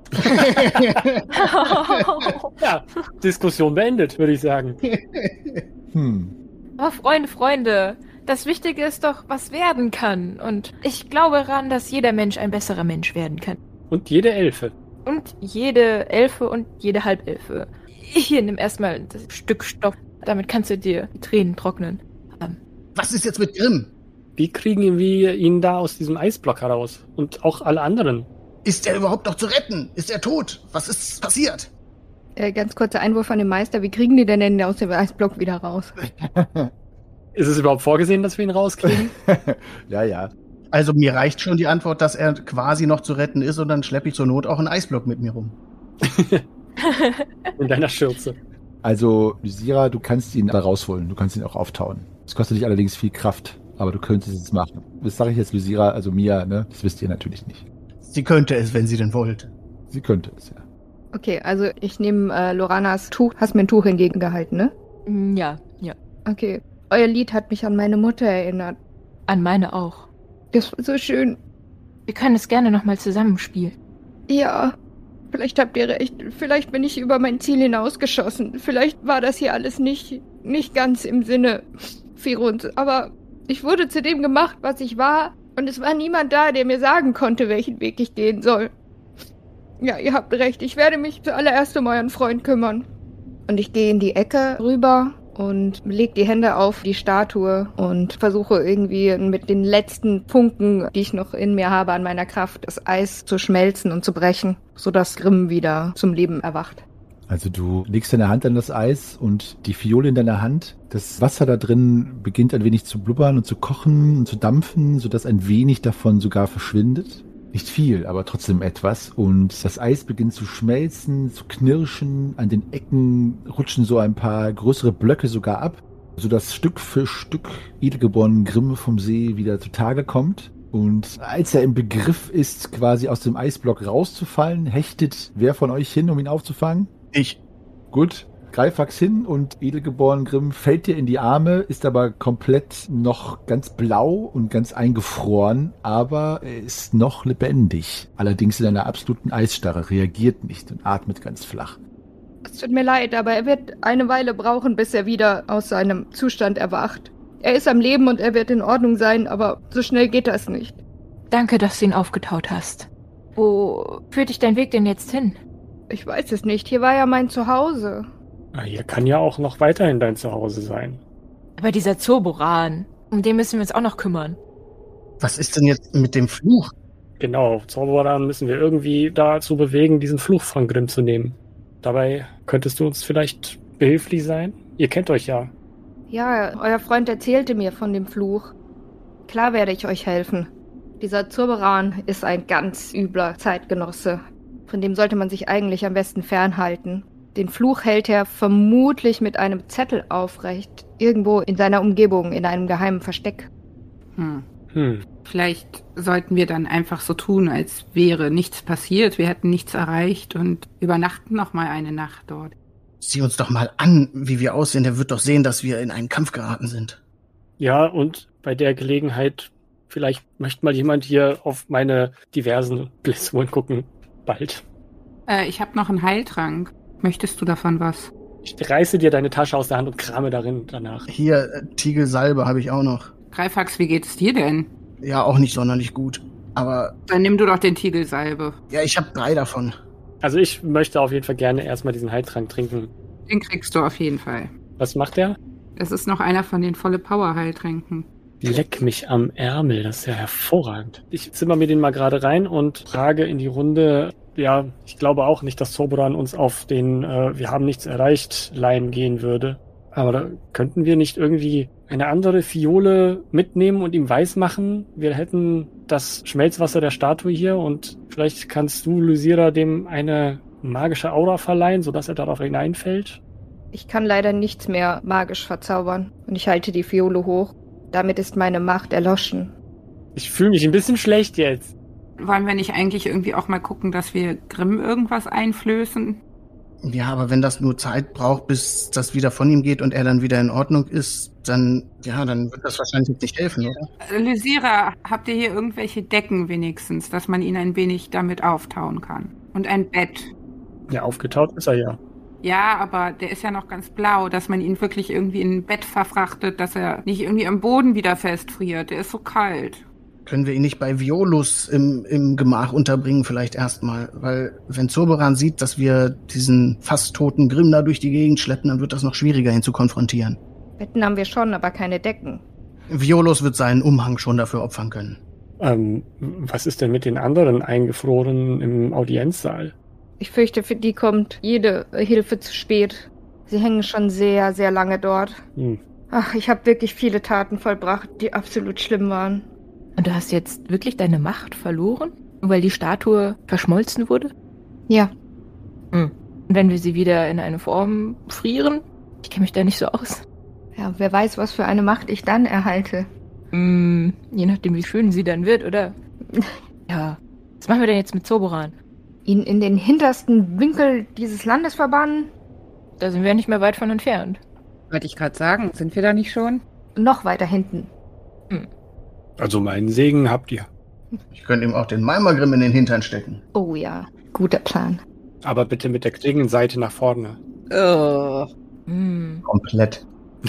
Ja, Diskussion beendet, würde ich sagen. Hm. Aber Freunde, Freunde, das Wichtige ist doch, was werden kann. Und ich glaube daran, dass jeder Mensch ein besserer Mensch werden kann. Und jede Elfe. Und jede Elfe und jede Halbelfe. Hier, nimm erstmal das Stück Stoff. Damit kannst du dir die Tränen trocknen. Ähm, Was ist jetzt mit Grimm? Wie kriegen wir ihn da aus diesem Eisblock heraus? Und auch alle anderen? Ist er überhaupt noch zu retten? Ist er tot? Was ist passiert? Äh, ganz kurzer Einwurf an den Meister. Wie kriegen die denn denn aus dem Eisblock wieder raus? Ist es überhaupt vorgesehen, dass wir ihn rauskriegen? Ja, ja. Also mir reicht schon die Antwort, dass er quasi noch zu retten ist und dann schleppe ich zur Not auch einen Eisblock mit mir rum. In deiner Schürze. Also, Lysira, du kannst ihn da rausholen. Du kannst ihn auch auftauen. Es kostet dich allerdings viel Kraft, aber du könntest es machen. Das sage ich jetzt Lysira, also Mia, ne? Das wisst ihr natürlich nicht. Sie könnte es, wenn sie denn wollte. Sie könnte es, ja. Okay, also ich nehme äh, Loranas Tuch. Hast mir ein Tuch entgegengehalten, ne? ja, ja. Okay. Euer Lied hat mich an meine Mutter erinnert. An meine auch. Das war so schön. Wir können es gerne nochmal zusammenspielen. Ja, vielleicht habt ihr recht. Vielleicht bin ich über mein Ziel hinausgeschossen. Vielleicht war das hier alles nicht, nicht ganz im Sinne Firuns. Aber ich wurde zu dem gemacht, was ich war. Und es war niemand da, der mir sagen konnte, welchen Weg ich gehen soll. Ja, ihr habt recht. Ich werde mich zuallererst um euren Freund kümmern. Und ich gehe in die Ecke rüber und leg die Hände auf die Statue und versuche irgendwie mit den letzten Funken, die ich noch in mir habe, an meiner Kraft, das Eis zu schmelzen und zu brechen, sodass Grimm wieder zum Leben erwacht. Also du legst deine Hand an das Eis und die Fiole in deiner Hand, das Wasser da drin beginnt ein wenig zu blubbern und zu kochen und zu dampfen, sodass ein wenig davon sogar verschwindet. Nicht viel, aber trotzdem etwas. Und das Eis beginnt zu schmelzen, zu knirschen. An den Ecken rutschen so ein paar größere Blöcke sogar ab, sodass Stück für Stück edelgeboren Grimm vom See wieder zutage kommt. Und als er im Begriff ist, quasi aus dem Eisblock rauszufallen, hechtet wer von euch hin, um ihn aufzufangen? Ich. Gut, Greifax hin und edelgeboren Grimm fällt dir in die Arme, ist aber komplett noch ganz blau und ganz eingefroren, aber er ist noch lebendig. Allerdings in einer absoluten Eisstarre, reagiert nicht und atmet ganz flach. Es tut mir leid, aber er wird eine Weile brauchen, bis er wieder aus seinem Zustand erwacht. Er ist am Leben und er wird in Ordnung sein, aber so schnell geht das nicht. Danke, dass du ihn aufgetaut hast. Wo führt dich dein Weg denn jetzt hin? Ich weiß es nicht. Hier war ja mein Zuhause. Na, hier kann ja auch noch weiterhin dein Zuhause sein. Aber dieser Zurboran, um den müssen wir uns auch noch kümmern. Was ist denn jetzt mit dem Fluch? Genau, Zauberan müssen wir irgendwie dazu bewegen, diesen Fluch von Grimm zu nehmen. Dabei könntest du uns vielleicht behilflich sein? Ihr kennt euch ja. Ja, euer Freund erzählte mir von dem Fluch. Klar werde ich euch helfen. Dieser Zurboran ist ein ganz übler Zeitgenosse. Von dem sollte man sich eigentlich am besten fernhalten. Den Fluch hält er vermutlich mit einem Zettel aufrecht, irgendwo in seiner Umgebung, in einem geheimen Versteck. Hm. Hm. Vielleicht sollten wir dann einfach so tun, als wäre nichts passiert, wir hätten nichts erreicht und übernachten noch mal eine Nacht dort. Sieh uns doch mal an, wie wir aussehen. Der wird doch sehen, dass wir in einen Kampf geraten sind. Ja, und bei der Gelegenheit Vielleicht möchte mal jemand hier auf meine diversen Blessuren gucken. Bald. Äh, ich habe noch einen Heiltrank. Möchtest du davon was? Ich reiße dir deine Tasche aus der Hand und krame darin danach. Hier, äh, Tigelsalbe habe ich auch noch. Greifax, wie geht's dir denn? Ja, auch nicht sonderlich gut. Aber, Dann nimm du doch den Tigelsalbe. ja, ich habe drei davon. Also ich möchte auf jeden Fall gerne erstmal diesen Heiltrank trinken. Den kriegst du auf jeden Fall. Was macht der? Das ist noch einer von den volle Power-Heiltränken. Leck mich am Ärmel, das ist ja hervorragend. Ich zimmer mir den mal gerade rein und frage in die Runde, ja, ich glaube auch nicht, dass Zoberan uns auf den äh, wir haben nichts erreicht Leim gehen würde. Aber da könnten wir nicht irgendwie eine andere Fiole mitnehmen und ihm weismachen, wir hätten das Schmelzwasser der Statue hier und vielleicht kannst du, Lysira, dem eine magische Aura verleihen, sodass er darauf hineinfällt? Ich kann leider nichts mehr magisch verzaubern. Und ich halte die Fiole hoch. Damit ist meine Macht erloschen. Ich fühle mich ein bisschen schlecht jetzt. Wollen wir nicht eigentlich irgendwie auch mal gucken, dass wir Grimm irgendwas einflößen? Ja, aber wenn das nur Zeit braucht, bis das wieder von ihm geht und er dann wieder in Ordnung ist, dann, ja, dann wird das wahrscheinlich nicht helfen, oder? Lysira, habt ihr hier irgendwelche Decken wenigstens, dass man ihn ein wenig damit auftauen kann? Und ein Bett? Ja, aufgetaut ist er ja. Ja, aber der ist ja noch ganz blau, dass man ihn wirklich irgendwie in ein Bett verfrachtet, dass er nicht irgendwie am Boden wieder festfriert. Der ist so kalt. Können wir ihn nicht bei Violus im, im Gemach unterbringen vielleicht erstmal? Weil wenn Zoberan sieht, dass wir diesen fast toten Grimm da durch die Gegend schleppen, dann wird das noch schwieriger, ihn zu konfrontieren. Betten haben wir schon, aber keine Decken. Violus wird seinen Umhang schon dafür opfern können. Ähm, was ist denn mit den anderen Eingefrorenen im Audienzsaal? Ich fürchte, für die kommt jede Hilfe zu spät. Sie hängen schon sehr, sehr lange dort. Hm. Ach, ich habe wirklich viele Taten vollbracht, die absolut schlimm waren. Und du hast jetzt wirklich deine Macht verloren? Nur weil die Statue verschmolzen wurde? Ja. Hm. Und wenn wir sie wieder in eine Form frieren? Ich kenne mich da nicht so aus. Ja, wer weiß, was für eine Macht ich dann erhalte. Hm, je nachdem, wie schön sie dann wird, oder? Ja. Was machen wir denn jetzt mit Zoberan? Ihn in den hintersten Winkel dieses Landes verbannen? Da sind wir ja nicht mehr weit von entfernt. Wollte ich gerade sagen, sind wir da nicht schon? Noch weiter hinten. Hm. Also meinen Segen habt ihr. Ich könnte ihm auch den Malmagrim in den Hintern stecken. Oh ja, guter Plan. Aber bitte mit der Klingenseite nach vorne. Oh. Hm. Komplett.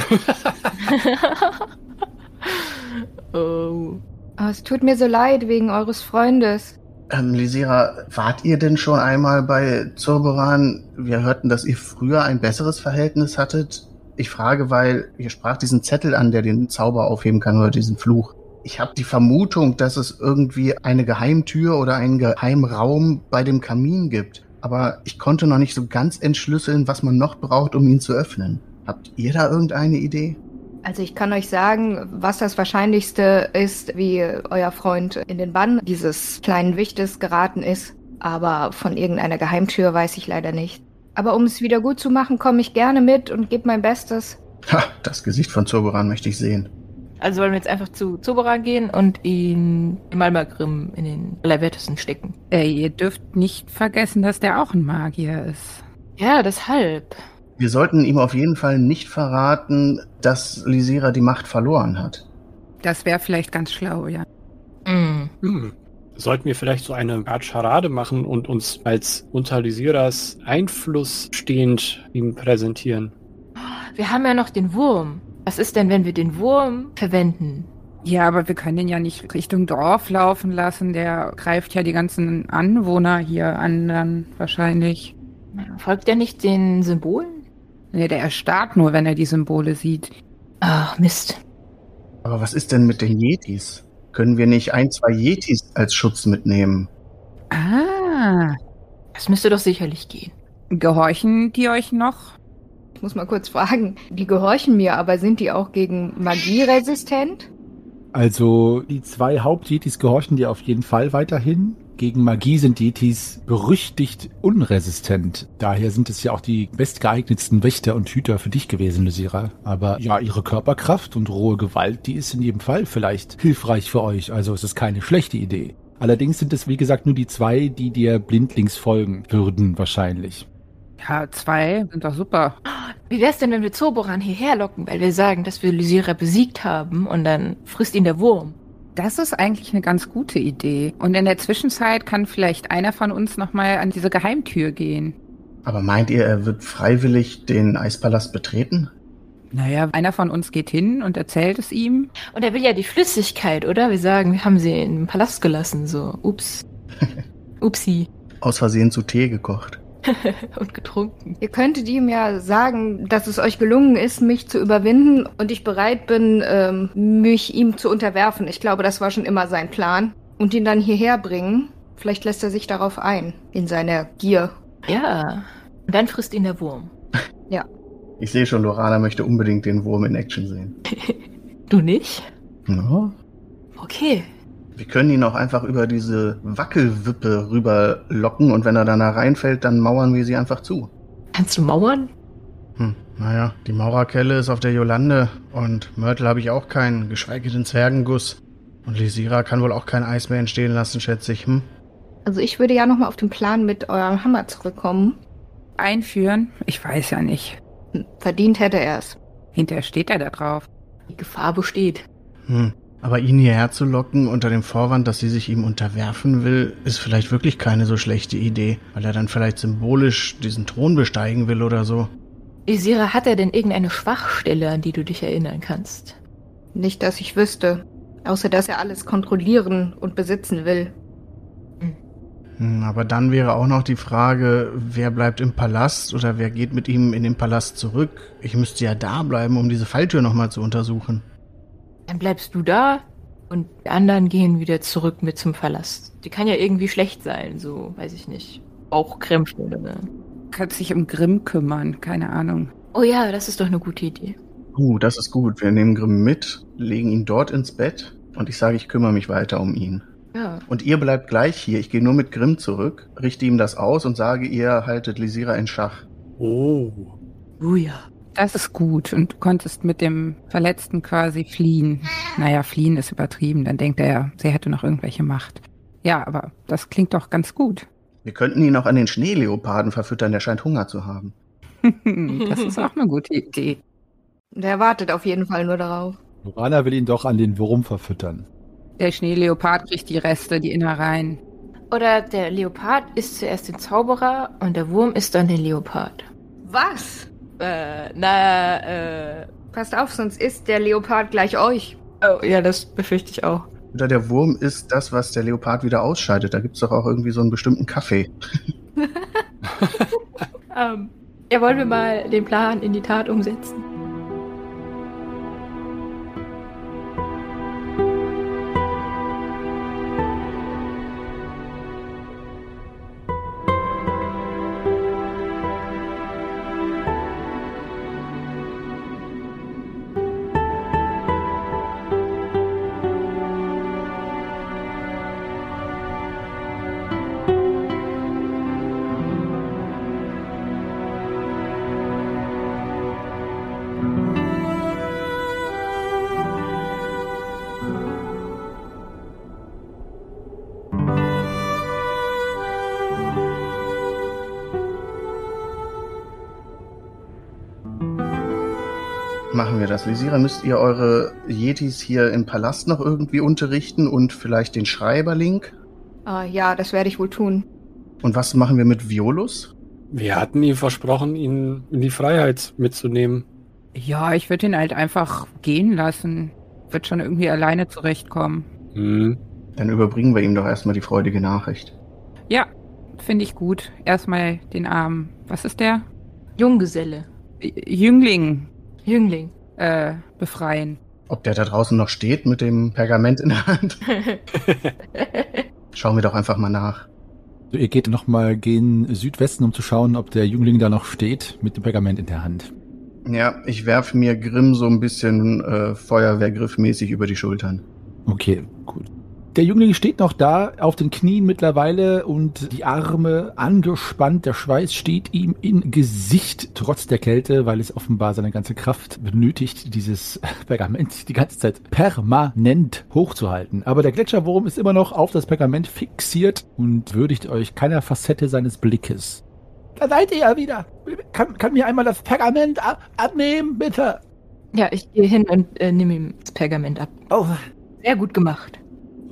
Oh. Oh, es tut mir so leid wegen eures Freundes. Ähm, Lysira, wart ihr denn schon einmal bei Zoberan? Wir hörten, dass ihr früher ein besseres Verhältnis hattet. Ich frage, weil ihr sprach diesen Zettel an, der den Zauber aufheben kann oder diesen Fluch. Ich habe die Vermutung, dass es irgendwie eine Geheimtür oder einen Geheimraum bei dem Kamin gibt. Aber ich konnte noch nicht so ganz entschlüsseln, was man noch braucht, um ihn zu öffnen. Habt ihr da irgendeine Idee? Also ich kann euch sagen, was das Wahrscheinlichste ist, wie euer Freund in den Bann dieses kleinen Wichtes geraten ist. Aber von irgendeiner Geheimtür weiß ich leider nicht. Aber um es wieder gut zu machen, komme ich gerne mit und gebe mein Bestes. Ha, das Gesicht von Zoberan möchte ich sehen. Also wollen wir jetzt einfach zu Zoberan gehen und ihn im Malmagrim in den Allerwertesten stecken. Ey, ihr dürft nicht vergessen, dass der auch ein Magier ist. Ja, deshalb. Wir sollten ihm auf jeden Fall nicht verraten, dass Lysira die Macht verloren hat. Das wäre vielleicht ganz schlau, ja. Mm. Hm. Sollten wir vielleicht so eine Art Scharade machen und uns als unter Lysiras Einfluss stehend ihm präsentieren? Wir haben ja noch den Wurm. Was ist denn, wenn wir den Wurm verwenden? Ja, aber wir können den ja nicht Richtung Dorf laufen lassen. Der greift ja die ganzen Anwohner hier an, dann wahrscheinlich. Folgt er nicht den Symbolen? Nee, der erstarrt nur, wenn er die Symbole sieht. Ach, Mist. Aber was ist denn mit den Yetis? Können wir nicht ein, zwei Yetis als Schutz mitnehmen? Ah, Das müsste doch sicherlich gehen. gehorchen die euch noch? Ich muss mal kurz fragen, die gehorchen mir, aber sind die auch gegen Magie resistent? Also die zwei Haupt-Yetis gehorchen dir auf jeden Fall weiterhin. Gegen Magie sind Yetis berüchtigt unresistent. Daher sind es ja auch die bestgeeignetsten Wächter und Hüter für dich gewesen, Lysira. Aber ja, ihre Körperkraft und rohe Gewalt, die ist in jedem Fall vielleicht hilfreich für euch. Also es ist keine schlechte Idee. Allerdings sind es, wie gesagt, nur die zwei, die dir blindlings folgen würden wahrscheinlich. Ja, zwei sind doch super. Wie wär's denn, wenn wir Zoberan hierher locken, weil wir sagen, dass wir Lysira besiegt haben und dann frisst ihn der Wurm? Das ist eigentlich eine ganz gute Idee. Und in der Zwischenzeit kann vielleicht einer von uns nochmal an diese Geheimtür gehen. Aber meint ihr, er wird freiwillig den Eispalast betreten? Naja, einer von uns geht hin und erzählt es ihm. Und er will ja die Flüssigkeit, oder? Wir sagen, wir haben sie im Palast gelassen, so. Ups. Upsi. Aus Versehen zu Tee gekocht. Und getrunken. Ihr könntet ihm ja sagen, dass es euch gelungen ist, mich zu überwinden und ich bereit bin, ähm, mich ihm zu unterwerfen. Ich glaube, das war schon immer sein Plan. Und ihn dann hierher bringen. Vielleicht lässt er sich darauf ein, in seiner Gier. Ja. Und dann frisst ihn der Wurm. Ja. Ich sehe schon, Lorana möchte unbedingt den Wurm in Action sehen. Du nicht? Ja. Okay. Wir können ihn auch einfach über diese Wackelwippe rüberlocken und wenn er dann da reinfällt, dann mauern wir sie einfach zu. Kannst du mauern? Hm, naja, die Maurerkelle ist auf der Jolande und Mörtel habe ich auch keinen, geschweige den Zwergenguss. Und Lysira kann wohl auch kein Eis mehr entstehen lassen, schätze ich, hm? Also ich würde ja nochmal auf den Plan mit eurem Hammer zurückkommen. Einführen? Ich weiß ja nicht. Hm, verdient hätte er es. Hinterher steht er da drauf. Die Gefahr besteht. Hm. Aber ihn hierher zu locken unter dem Vorwand, dass sie sich ihm unterwerfen will, ist vielleicht wirklich keine so schlechte Idee, weil er dann vielleicht symbolisch diesen Thron besteigen will oder so. Lysira, hat er denn irgendeine Schwachstelle, an die du dich erinnern kannst? Nicht, dass ich wüsste. Außer, dass er alles kontrollieren und besitzen will. Hm, aber dann wäre auch noch die Frage, wer bleibt im Palast oder wer geht mit ihm in den Palast zurück? Ich müsste ja da bleiben, um diese Falltür nochmal zu untersuchen. Dann bleibst du da und die anderen gehen wieder zurück mit zum Palast. Die kann ja irgendwie schlecht sein, so, weiß ich nicht. Bauchkrämpfe oder ne? Kannst sich um Grimm kümmern, keine Ahnung. Oh ja, das ist doch eine gute Idee. Uh, das ist gut. Wir nehmen Grimm mit, legen ihn dort ins Bett und ich sage, ich kümmere mich weiter um ihn. Ja. Und ihr bleibt gleich hier. Ich gehe nur mit Grimm zurück, richte ihm das aus und sage, ihr haltet Lysira in Schach. Oh. Oh ja. Das ist gut. Und du konntest mit dem Verletzten quasi fliehen. Naja, fliehen ist übertrieben. Dann denkt er, sie hätte noch irgendwelche Macht. Ja, aber das klingt doch ganz gut. Wir könnten ihn auch an den Schneeleoparden verfüttern. Der scheint Hunger zu haben. Das ist auch eine gute Idee. Der wartet auf jeden Fall nur darauf. Lorana will ihn doch an den Wurm verfüttern. Der Schneeleopard kriegt die Reste, die Innereien. Oder der Leopard isst zuerst den Zauberer und der Wurm isst dann den Leopard. Was? Äh, na, äh... Passt auf, sonst isst der Leopard gleich euch. Oh, ja, das befürchte ich auch. Oder der Wurm ist das, was der Leopard wieder ausscheidet. Da gibt's doch auch irgendwie so einen bestimmten Kaffee. ähm, ja, wollen wir mal den Plan in die Tat umsetzen? Machen wir das. Lysira, müsst ihr eure Yetis hier im Palast noch irgendwie unterrichten und vielleicht den Schreiberling? Ah, ja, das werde ich wohl tun. Und was machen wir mit Violus? Wir hatten ihm versprochen, ihn in die Freiheit mitzunehmen. Ja, ich würde ihn halt einfach gehen lassen. Wird schon irgendwie alleine zurechtkommen. Hm. Dann überbringen wir ihm doch erstmal die freudige Nachricht. Ja, finde ich gut. Erstmal den armen, was ist der? Junggeselle. Jüngling. Jüngling. Äh, befreien. Ob der da draußen noch steht mit dem Pergament in der Hand? Schauen wir doch einfach mal nach. So, ihr geht nochmal gen Südwesten, um zu schauen, ob der Jüngling da noch steht, mit dem Pergament in der Hand. Ja, ich werfe mir Grimm so ein bisschen äh, Feuerwehrgriffmäßig über die Schultern. Okay, gut. Der Jüngling steht noch da, auf den Knien mittlerweile und die Arme angespannt. Der Schweiß steht ihm im Gesicht, trotz der Kälte, weil es offenbar seine ganze Kraft benötigt, dieses Pergament die ganze Zeit permanent hochzuhalten. Aber der Gletscherwurm ist immer noch auf das Pergament fixiert und würdigt euch keiner Facette seines Blickes. Da seid ihr ja wieder. Kann, kann mir einmal das Pergament ab, abnehmen, bitte? Ja, ich gehe hin und äh, nehme ihm das Pergament ab. Oh, Sehr gut gemacht.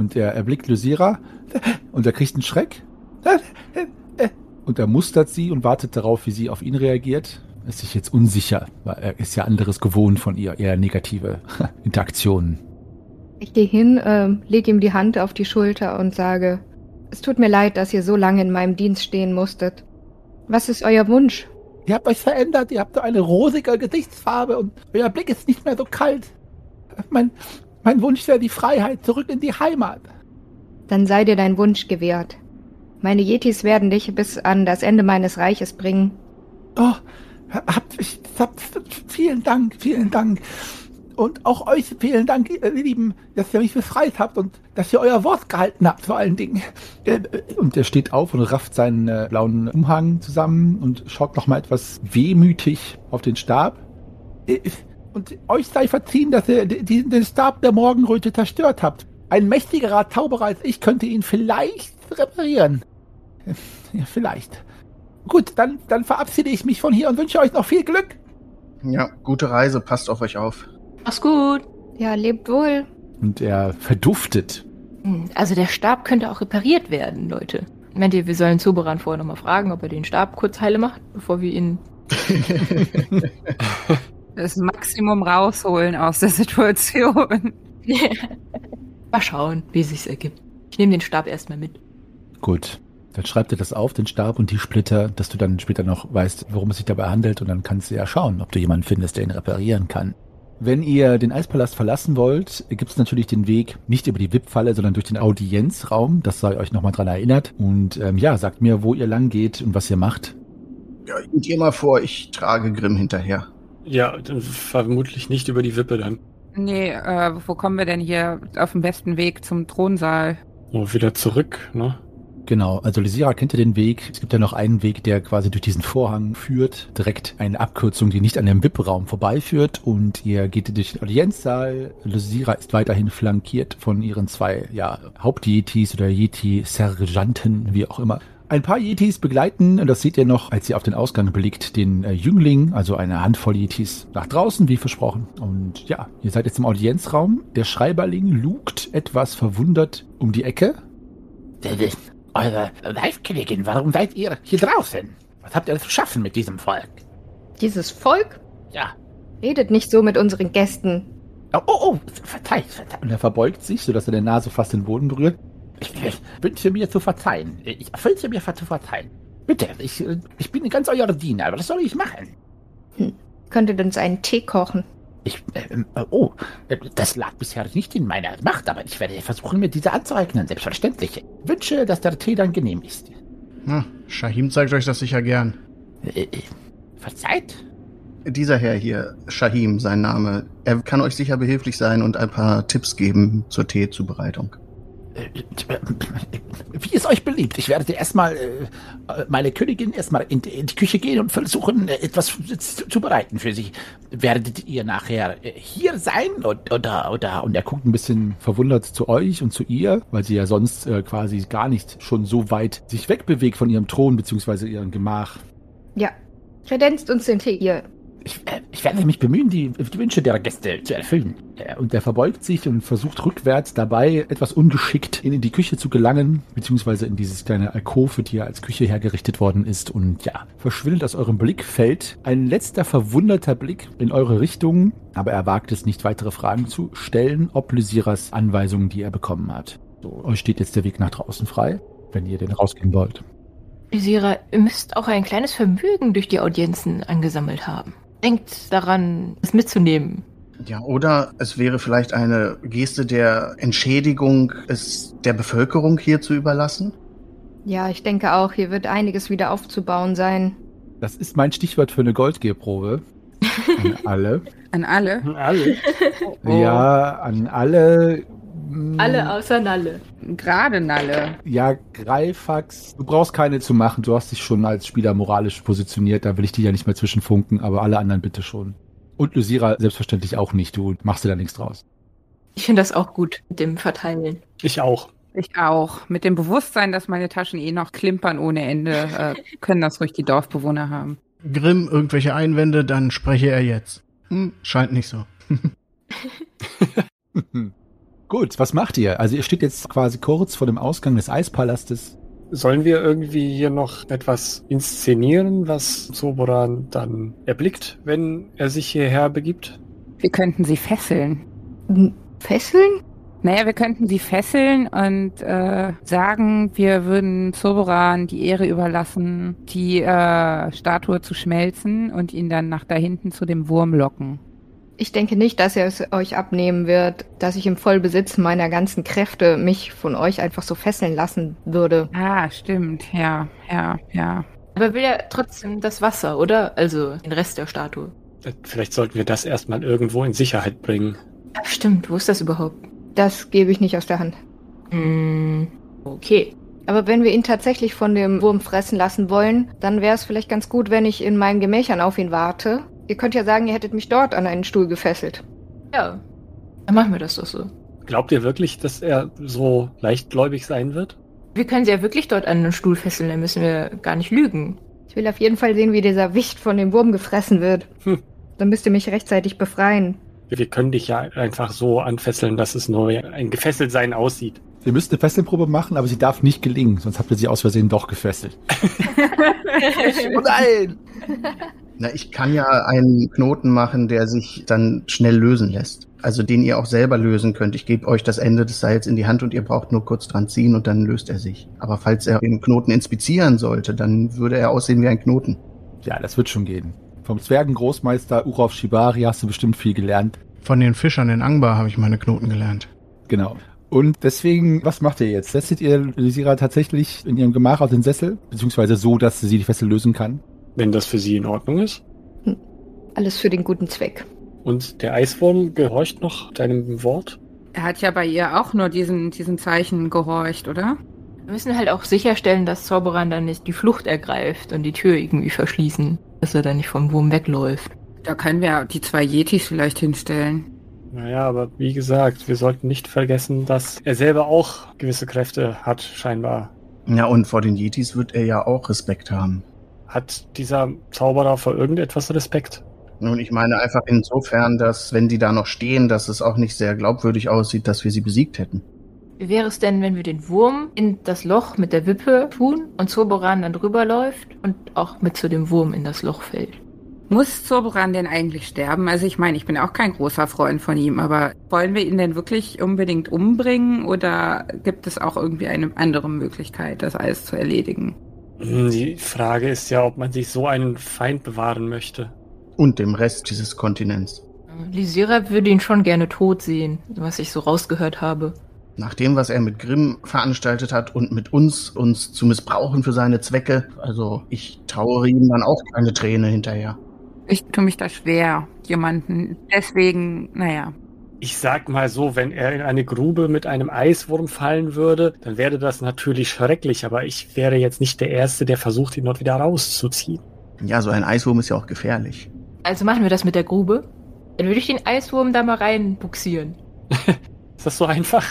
Und er erblickt Lysira und er kriegt einen Schreck. Und er mustert sie und wartet darauf, wie sie auf ihn reagiert. Er ist sich jetzt unsicher, weil er ist ja anderes gewohnt von ihr, eher negative Interaktionen. Ich gehe hin, äh, lege ihm die Hand auf die Schulter und sage, es tut mir leid, dass ihr so lange in meinem Dienst stehen musstet. Was ist euer Wunsch? Ihr habt euch verändert, ihr habt so eine rosige Gesichtsfarbe und euer Blick ist nicht mehr so kalt. Mein, mein Wunsch wäre die Freiheit, zurück in die Heimat. Dann sei dir dein Wunsch gewährt. Meine Yetis werden dich bis an das Ende meines Reiches bringen. Oh, habt, habt, vielen Dank, vielen Dank. Und auch euch vielen Dank, ihr Lieben, dass ihr mich befreit habt und dass ihr euer Wort gehalten habt, vor allen Dingen. Und er steht auf und rafft seinen äh, blauen Umhang zusammen und schaut nochmal etwas wehmütig auf den Stab. Und euch sei verziehen, dass ihr den, den Stab der Morgenröte zerstört habt. Ein mächtigerer Zauberer als ich könnte ihn vielleicht reparieren. Ja, vielleicht. Gut, dann, dann verabschiede ich mich von hier und wünsche euch noch viel Glück. Ja, gute Reise, passt auf euch auf. Mach's gut. Ja, lebt wohl. Und er verduftet. Also der Stab könnte auch repariert werden, Leute. Meint ihr, wir sollen Zoberan vorher nochmal fragen, ob er den Stab kurz heile macht, bevor wir ihn... Das Maximum rausholen aus der Situation. Mal schauen, wie es sich ergibt. Ich nehme den Stab erstmal mit. Gut. Dann schreibt er das auf, den Stab und die Splitter, dass du dann später noch weißt, worum es sich dabei handelt. Und dann kannst du ja schauen, ob du jemanden findest, der ihn reparieren kann. Wenn ihr den Eispalast verlassen wollt, gibt es natürlich den Weg nicht über die V I P-Falle, sondern durch den Audienzraum. Das sei euch nochmal dran erinnert. Und ähm, ja, sagt mir, wo ihr lang geht und was ihr macht. Ja, ich gehe mal vor, ich trage Grimm hinterher. Ja, vermutlich nicht über die Wippe dann. Nee, äh, wo kommen wir denn hier auf dem besten Weg zum Thronsaal? Oh, wieder zurück, ne? Genau, also Lysira kennt ja den Weg. Es gibt ja noch einen Weg, der quasi durch diesen Vorhang führt. Direkt eine Abkürzung, die nicht an dem V I P-Raum vorbeiführt. Und ihr geht durch den Audienzsaal. Lysira ist weiterhin flankiert von ihren zwei ja, Haupt-Yetis oder Yeti-Sergeanten, wie auch immer. Ein paar Yetis begleiten, und das seht ihr noch, als ihr auf den Ausgang blickt, den äh, Jüngling, also eine Handvoll Yetis, nach draußen, wie versprochen. Und ja, ihr seid jetzt im Audienzraum. Der Schreiberling lugt etwas verwundert um die Ecke. Eure Live-Königin, warum seid ihr hier draußen? Was habt ihr zu schaffen mit diesem Volk? Dieses Volk? Ja. Redet nicht so mit unseren Gästen. Oh, oh, oh, verzeiht, verzeiht. Und er verbeugt sich, sodass er der Nase fast den Boden berührt. Ich, ich wünsche mir zu verzeihen. Ich wünsche mir zu verzeihen. Bitte, ich, ich bin ganz euer Diener, aber was soll ich machen? Hm. Könntet uns einen Tee kochen? Ich, äh, oh, das lag bisher nicht in meiner Macht, aber ich werde versuchen, mir diese anzueignen, selbstverständlich. Ich wünsche, dass der Tee dann genehm ist. Na, Shahim zeigt euch das sicher gern. Äh, verzeiht? Dieser Herr hier, Shahim, sein Name, er kann euch sicher behilflich sein und ein paar Tipps geben zur Teezubereitung. Wie es euch beliebt. Ich werde erstmal äh, meine Königin erstmal in, in die Küche gehen und versuchen, etwas zu, zu bereiten für sie. Werdet ihr nachher hier sein und, oder, oder? Und er guckt ein bisschen verwundert zu euch und zu ihr, weil sie ja sonst äh, quasi gar nicht schon so weit sich wegbewegt von ihrem Thron bzw. ihrem Gemach. Ja, kredenzt uns den Tee, ihr. Ich, äh, ich werde mich bemühen, die, die Wünsche der Gäste zu erfüllen. Und er verbeugt sich und versucht rückwärts dabei etwas ungeschickt in die Küche zu gelangen, beziehungsweise in dieses kleine Alkove, die ja als Küche hergerichtet worden ist. Und ja, verschwindet aus eurem Blickfeld. Ein letzter verwunderter Blick in eure Richtung, aber er wagt es nicht, weitere Fragen zu stellen, ob Lysiras Anweisungen, die er bekommen hat. So, euch steht jetzt der Weg nach draußen frei, wenn ihr denn rausgehen wollt. Lysira, ihr müsst auch ein kleines Vermögen durch die Audienzen angesammelt haben. Denkt daran, es mitzunehmen. Ja, oder es wäre vielleicht eine Geste der Entschädigung, es der Bevölkerung hier zu überlassen? Ja, ich denke auch, hier wird einiges wieder aufzubauen sein. Das ist mein Stichwort für eine Goldgierprobe. An alle. An alle? An alle? Oh. Ja, an alle. Alle außer Nalle. Gerade Nalle. Ja, Greifax, du brauchst keine zu machen. Du hast dich schon als Spieler moralisch positioniert. Da will ich dich ja nicht mehr zwischenfunken, aber alle anderen bitte schon. Und Lysira selbstverständlich auch nicht. Du machst dir da nichts draus. Ich finde das auch gut mit dem Verteilen. Ich auch. Ich auch. Mit dem Bewusstsein, dass meine Taschen eh noch klimpern ohne Ende, äh, können das ruhig die Dorfbewohner haben. Grimm, irgendwelche Einwände, dann spreche er jetzt. Hm, scheint nicht so. Gut, was macht ihr? Also ihr steht jetzt quasi kurz vor dem Ausgang des Eispalastes. Sollen wir irgendwie hier noch etwas inszenieren, was Zoboran dann erblickt, wenn er sich hierher begibt? Wir könnten sie fesseln. Fesseln? Naja, wir könnten sie fesseln und äh, sagen, wir würden Zoboran die Ehre überlassen, die äh, Statue zu schmelzen und ihn dann nach da hinten zu dem Wurm locken. Ich denke nicht, dass er es euch abnehmen wird, dass ich im Vollbesitz meiner ganzen Kräfte mich von euch einfach so fesseln lassen würde. Ah, stimmt. Ja, ja, ja. Aber will er trotzdem das Wasser, oder? Also den Rest der Statue. Vielleicht sollten wir das erstmal irgendwo in Sicherheit bringen. Ja, stimmt. Wo ist das überhaupt? Das gebe ich nicht aus der Hand. Hm, okay. Aber wenn wir ihn tatsächlich von dem Wurm fressen lassen wollen, dann wäre es vielleicht ganz gut, wenn ich in meinen Gemächern auf ihn warte. Ihr könnt ja sagen, ihr hättet mich dort an einen Stuhl gefesselt. Ja, dann machen wir das doch so. Glaubt ihr wirklich, dass er so leichtgläubig sein wird? Wir können sie ja wirklich dort an einen Stuhl fesseln, dann müssen wir gar nicht lügen. Ich will auf jeden Fall sehen, wie dieser Wicht von dem Wurm gefressen wird. Hm. Dann müsst ihr mich rechtzeitig befreien. Wir können dich ja einfach so anfesseln, dass es nur ein Gefesseltsein aussieht. Ihr müsst eine Fesselprobe machen, aber sie darf nicht gelingen, sonst habt ihr sie aus Versehen doch gefesselt. Oh nein! Na, ich kann ja einen Knoten machen, der sich dann schnell lösen lässt. Also den ihr auch selber lösen könnt. Ich gebe euch das Ende des Seils in die Hand und ihr braucht nur kurz dran ziehen und dann löst er sich. Aber falls er den Knoten inspizieren sollte, dann würde er aussehen wie ein Knoten. Ja, das wird schon gehen. Vom Zwergengroßmeister Urov Shibari hast du bestimmt viel gelernt. Von den Fischern in Angbar habe ich meine Knoten gelernt. Genau. Und deswegen, was macht ihr jetzt? Lässt ihr Lysira tatsächlich in ihrem Gemach auf den Sessel? Beziehungsweise so, dass sie die Fessel lösen kann? Wenn das für sie in Ordnung ist. Hm. Alles für den guten Zweck. Und der Eiswurm gehorcht noch deinem Wort? Er hat ja bei ihr auch nur diesen, diesen Zeichen gehorcht, oder? Wir müssen halt auch sicherstellen, dass Zoboran dann nicht die Flucht ergreift und die Tür irgendwie verschließen, dass er dann nicht vom Wurm wegläuft. Da können wir die zwei Yetis vielleicht hinstellen. Naja, aber wie gesagt, wir sollten nicht vergessen, dass er selber auch gewisse Kräfte hat, scheinbar. Ja, und vor den Yetis wird er ja auch Respekt haben. Hat dieser Zauberer vor irgendetwas Respekt? Nun, ich meine einfach insofern, dass, wenn die da noch stehen, dass es auch nicht sehr glaubwürdig aussieht, dass wir sie besiegt hätten. Wie wäre es denn, wenn wir den Wurm in das Loch mit der Wippe tun und Zoboran dann drüber läuft und auch mit zu dem Wurm in das Loch fällt? Muss Zoboran denn eigentlich sterben? Also ich meine, ich bin auch kein großer Freund von ihm, aber wollen wir ihn denn wirklich unbedingt umbringen oder gibt es auch irgendwie eine andere Möglichkeit, das alles zu erledigen? Die Frage ist ja, ob man sich so einen Feind bewahren möchte. Und dem Rest dieses Kontinents. Lysira würde ihn schon gerne tot sehen, was ich so rausgehört habe. Nach dem, was er mit Grimm veranstaltet hat und mit uns, uns zu missbrauchen für seine Zwecke, also ich trauere ihm dann auch keine Träne hinterher. Ich tue mich da schwer, jemanden. Deswegen, naja. Ich sag mal so, wenn er in eine Grube mit einem Eiswurm fallen würde, dann wäre das natürlich schrecklich, aber ich wäre jetzt nicht der Erste, der versucht, ihn dort wieder rauszuziehen. Ja, so ein Eiswurm ist ja auch gefährlich. Also machen wir das mit der Grube? Dann würde ich den Eiswurm da mal reinbuxieren. Ist das so einfach?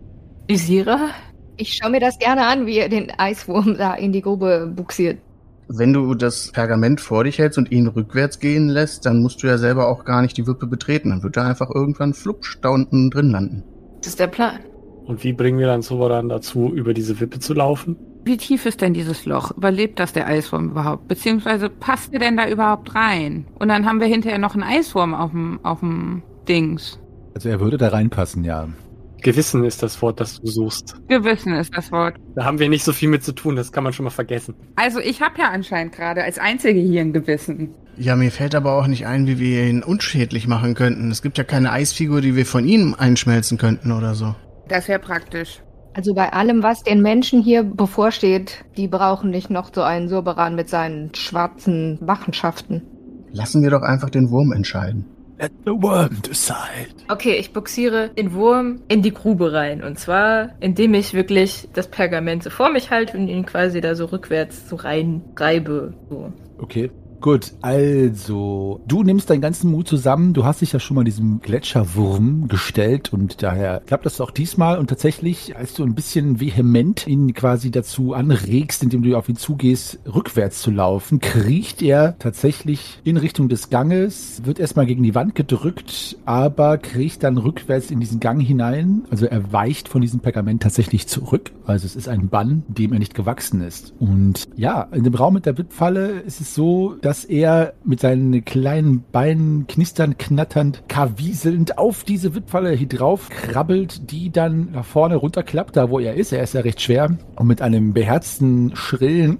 Lysira? Ich schaue mir das gerne an, wie ihr den Eiswurm da in die Grube buxiert. Wenn du das Pergament vor dich hältst und ihn rückwärts gehen lässt, dann musst du ja selber auch gar nicht die Wippe betreten. Dann wird er einfach irgendwann flupsch da unten drin landen. Das ist der Plan. Und wie bringen wir dann Zoboran dazu, über diese Wippe zu laufen? Wie tief ist denn dieses Loch? Überlebt das der Eiswurm überhaupt? Beziehungsweise passt er denn da überhaupt rein? Und dann haben wir hinterher noch einen Eiswurm auf dem, auf dem Dings. Also er würde da reinpassen, ja. Gewissen ist das Wort, das du suchst. Gewissen ist das Wort. Da haben wir nicht so viel mit zu tun, das kann man schon mal vergessen. Also ich habe ja anscheinend gerade als Einzige hier ein Gewissen. Ja, mir fällt aber auch nicht ein, wie wir ihn unschädlich machen könnten. Es gibt ja keine Eisfigur, die wir von ihm einschmelzen könnten oder so. Das wäre praktisch. Also bei allem, was den Menschen hier bevorsteht, die brauchen nicht noch so einen Zoboran mit seinen schwarzen Machenschaften. Lassen wir doch einfach den Wurm entscheiden. Let the worm decide. Okay, ich buxiere den Wurm in die Grube rein. Und zwar, indem ich wirklich das Pergament so vor mich halte und ihn quasi da so rückwärts so rein reibe. So. Okay. Gut, also, du nimmst deinen ganzen Mut zusammen. Du hast dich ja schon mal diesem Gletscherwurm gestellt und daher klappt das auch diesmal. Und tatsächlich, als du ein bisschen vehement ihn quasi dazu anregst, indem du auf ihn zugehst, rückwärts zu laufen, kriecht er tatsächlich in Richtung des Ganges, wird erstmal gegen die Wand gedrückt, aber kriecht dann rückwärts in diesen Gang hinein. Also er weicht von diesem Pergament tatsächlich zurück. Also es ist ein Bann, dem er nicht gewachsen ist. Und ja, in dem Raum mit der Wippfalle ist es so, dass dass er mit seinen kleinen Beinen knistern, knatternd, kawieselnd auf diese Wippfalle hier drauf krabbelt, die dann nach vorne runterklappt, da wo er ist. Er ist ja recht schwer. Und mit einem beherzten, schrillen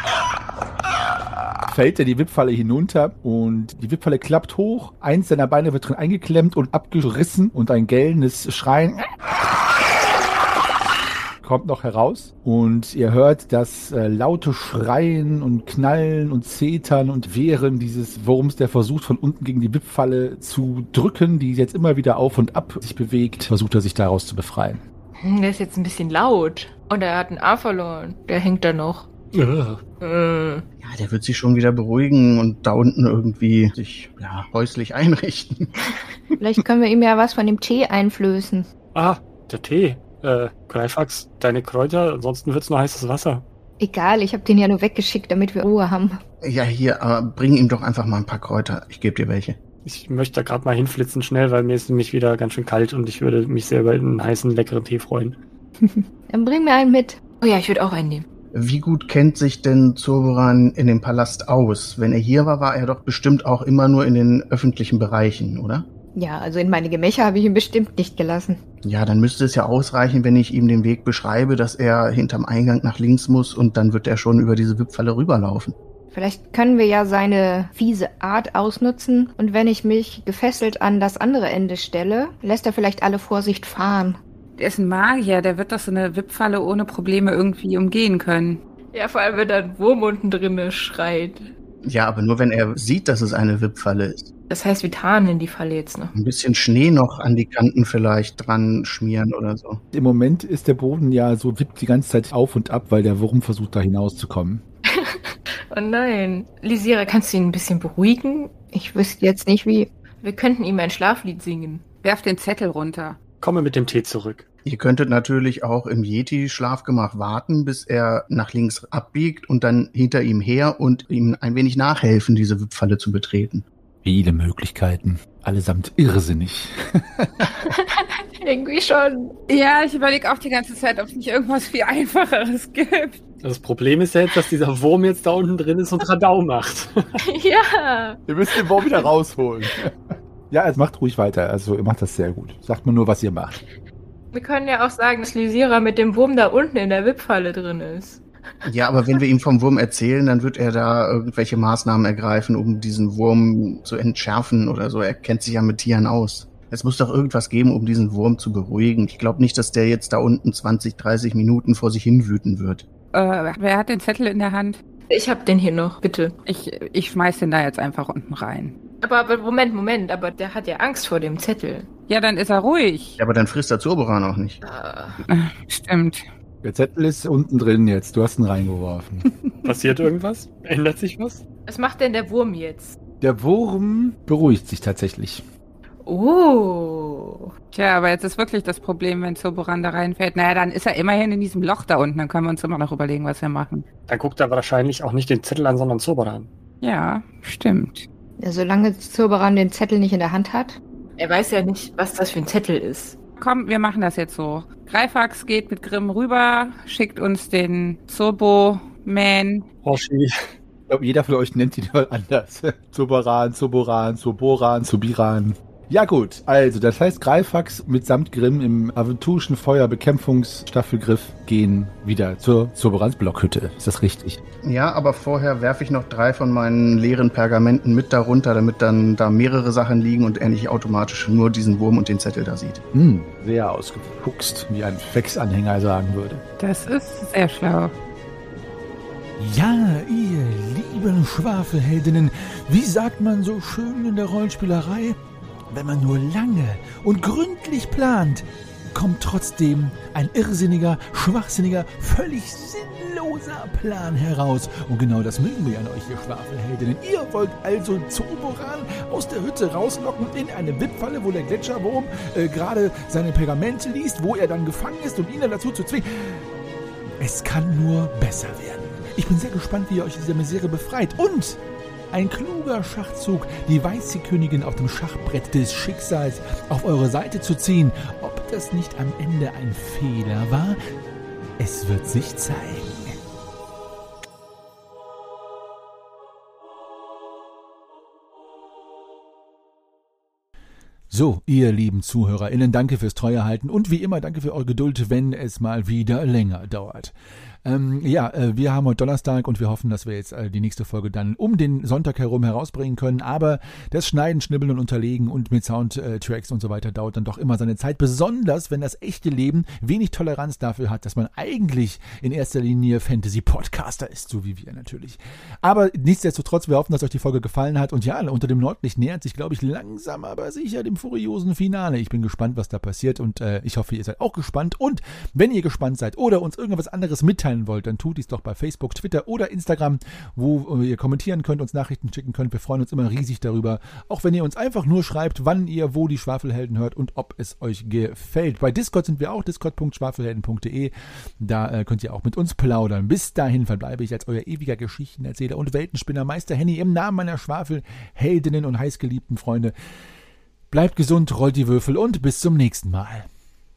fällt er die Wippfalle hinunter und die Wippfalle klappt hoch. Eins seiner Beine wird drin eingeklemmt und abgerissen und ein gellendes Schreien kommt noch heraus und ihr hört das äh, laute Schreien und Knallen und Zetern und Wehren dieses Wurms, der versucht von unten gegen die Wippfalle zu drücken, die jetzt immer wieder auf und ab sich bewegt, versucht er sich daraus zu befreien. Der ist jetzt ein bisschen laut und er hat einen Arm verloren, der hängt da noch. Ja. Äh. Ja, der wird sich schon wieder beruhigen und da unten irgendwie sich ja, häuslich einrichten. Vielleicht können wir ihm ja was von dem Tee einflößen. Ah, der Tee. Äh, Greifax, deine Kräuter, ansonsten wird's nur heißes Wasser. Egal, ich habe den ja nur weggeschickt, damit wir Ruhe haben. Ja, hier, aber bring ihm doch einfach mal ein paar Kräuter. Ich gebe dir welche. Ich möchte da gerade mal hinflitzen schnell, weil mir ist nämlich wieder ganz schön kalt und ich würde mich sehr über einen heißen, leckeren Tee freuen. Dann bring mir einen mit. Oh ja, ich würde auch einen nehmen. Wie gut kennt sich denn Zurboran in dem Palast aus? Wenn er hier war, war er doch bestimmt auch immer nur in den öffentlichen Bereichen, oder? Ja, also in meine Gemächer habe ich ihn bestimmt nicht gelassen. Ja, dann müsste es ja ausreichen, wenn ich ihm den Weg beschreibe, dass er hinterm Eingang nach links muss und dann wird er schon über diese Wippfalle rüberlaufen. Vielleicht können wir ja seine fiese Art ausnutzen und wenn ich mich gefesselt an das andere Ende stelle, lässt er vielleicht alle Vorsicht fahren. Der ist ein Magier, der wird doch so eine Wippfalle ohne Probleme irgendwie umgehen können. Ja, vor allem, wenn da ein Wurm unten drinne schreit. Ja, aber nur wenn er sieht, dass es eine Wippfalle ist. Das heißt, wir tarnen die Falle jetzt noch. Ein bisschen Schnee noch an die Kanten vielleicht dran schmieren oder so. Im Moment ist der Boden ja so, wippt die ganze Zeit auf und ab, weil der Wurm versucht, da hinauszukommen. Oh nein. Lisira, kannst du ihn ein bisschen beruhigen? Ich wüsste jetzt nicht wie. Wir könnten ihm ein Schlaflied singen. Werf den Zettel runter. Komme mit dem Tee zurück. Ihr könntet natürlich auch im Yeti-Schlafgemach warten, bis er nach links abbiegt und dann hinter ihm her und ihm ein wenig nachhelfen, diese Wippfalle zu betreten. Viele Möglichkeiten. Allesamt irrsinnig. Irgendwie schon. Ja, ich überlege auch die ganze Zeit, ob es nicht irgendwas viel Einfacheres gibt. Das Problem ist ja jetzt, dass dieser Wurm jetzt da unten drin ist und Radau macht. Ja. Ihr müsst den Wurm wieder rausholen. Ja, also macht ruhig weiter. Also ihr macht das sehr gut. Sagt mir nur, was ihr macht. Wir können ja auch sagen, dass Lisira mit dem Wurm da unten in der Wippfalle drin ist. Ja, aber wenn wir ihm vom Wurm erzählen, dann wird er da irgendwelche Maßnahmen ergreifen, um diesen Wurm zu entschärfen oder so. Er kennt sich ja mit Tieren aus. Es muss doch irgendwas geben, um diesen Wurm zu beruhigen. Ich glaube nicht, dass der jetzt da unten zwanzig, dreißig Minuten vor sich hin wüten wird. Äh, wer hat den Zettel in der Hand? Ich hab den hier noch, bitte. Ich, ich schmeiß den da jetzt einfach unten rein. Aber, aber Moment, Moment, aber der hat ja Angst vor dem Zettel. Ja, dann ist er ruhig. Ja, aber dann frisst der Zurboran auch nicht. Äh, Stimmt. Der Zettel ist unten drin jetzt. Du hast ihn reingeworfen. Passiert irgendwas? Ändert sich was? Was macht denn der Wurm jetzt? Der Wurm beruhigt sich tatsächlich. Oh. Tja, aber jetzt ist wirklich das Problem, wenn Zurboran da reinfällt. Naja, dann ist er immerhin in diesem Loch da unten. Dann können wir uns immer noch überlegen, was wir machen. Dann guckt er wahrscheinlich auch nicht den Zettel an, sondern Zurboran. Ja, stimmt. Ja, solange Zurboran den Zettel nicht in der Hand hat. Er weiß ja nicht, was das für ein Zettel ist. Komm, wir machen das jetzt so. Greifax geht mit Grimm rüber, schickt uns den Zurbo-Man. Hoshi. Ich glaube, jeder von euch nennt ihn anders. Zurboran, Zurboran, Zurboran, Zubiran. Ja gut, also das heißt, Greifax mitsamt Grimm im aventurischen Feuerbekämpfungsstaffelgriff gehen wieder zur Zurborans Blockhütte. Ist das richtig? Ja, aber vorher werfe ich noch drei von meinen leeren Pergamenten mit darunter, damit dann da mehrere Sachen liegen und er nicht automatisch nur diesen Wurm und den Zettel da sieht. Hm, sehr ausgefuchst, wie ein Fex-Anhänger sagen würde. Das ist sehr schlau. Ja, ihr lieben Schwafelheldinnen, wie sagt man so schön in der Rollenspielerei? Wenn man nur lange und gründlich plant, kommt trotzdem ein irrsinniger, schwachsinniger, völlig sinnloser grandioser Plan heraus. Und genau das mögen wir an euch, ihr Schwafelheldinnen. Ihr wollt also Zoboran aus der Hütte rauslocken in eine Wippfalle, wo der Gletscherwurm äh, gerade seine Pergamente liest, wo er dann gefangen ist, um ihn dann dazu zu zwingen. Es kann nur besser werden. Ich bin sehr gespannt, wie ihr euch dieser Misere befreit. Und ein kluger Schachzug, die weiße Königin auf dem Schachbrett des Schicksals auf eure Seite zu ziehen. Ob das nicht am Ende ein Fehler war, es wird sich zeigen. So, ihr lieben ZuhörerInnen, danke fürs Treuehalten und wie immer danke für eure Geduld, wenn es mal wieder länger dauert. Ähm, ja, äh, wir haben heute Donnerstag und wir hoffen, dass wir jetzt äh, die nächste Folge dann um den Sonntag herum herausbringen können, aber das Schneiden, Schnibbeln und Unterlegen und mit Soundtracks und so weiter dauert dann doch immer seine Zeit, besonders wenn das echte Leben wenig Toleranz dafür hat, dass man eigentlich in erster Linie Fantasy-Podcaster ist, so wie wir natürlich. Aber nichtsdestotrotz, wir hoffen, dass euch die Folge gefallen hat und ja, unter dem Nordlicht nähert sich, glaube ich, langsam aber sicher dem furiosen Finale. Ich bin gespannt, was da passiert und äh, ich hoffe, ihr seid auch gespannt und wenn ihr gespannt seid oder uns irgendwas anderes mitteilen wollt, dann tut dies doch bei Facebook, Twitter oder Instagram, wo ihr kommentieren könnt, uns Nachrichten schicken könnt. Wir freuen uns immer riesig darüber, auch wenn ihr uns einfach nur schreibt, wann ihr wo die Schwafelhelden hört und ob es euch gefällt. Bei Discord sind wir auch, discord punkt schwafelhelden punkt de. Da äh, könnt ihr auch mit uns plaudern. Bis dahin verbleibe ich als euer ewiger Geschichtenerzähler und Weltenspinner Meister Henny im Namen meiner Schwafelheldinnen und heißgeliebten Freunde. Bleibt gesund, rollt die Würfel und bis zum nächsten Mal.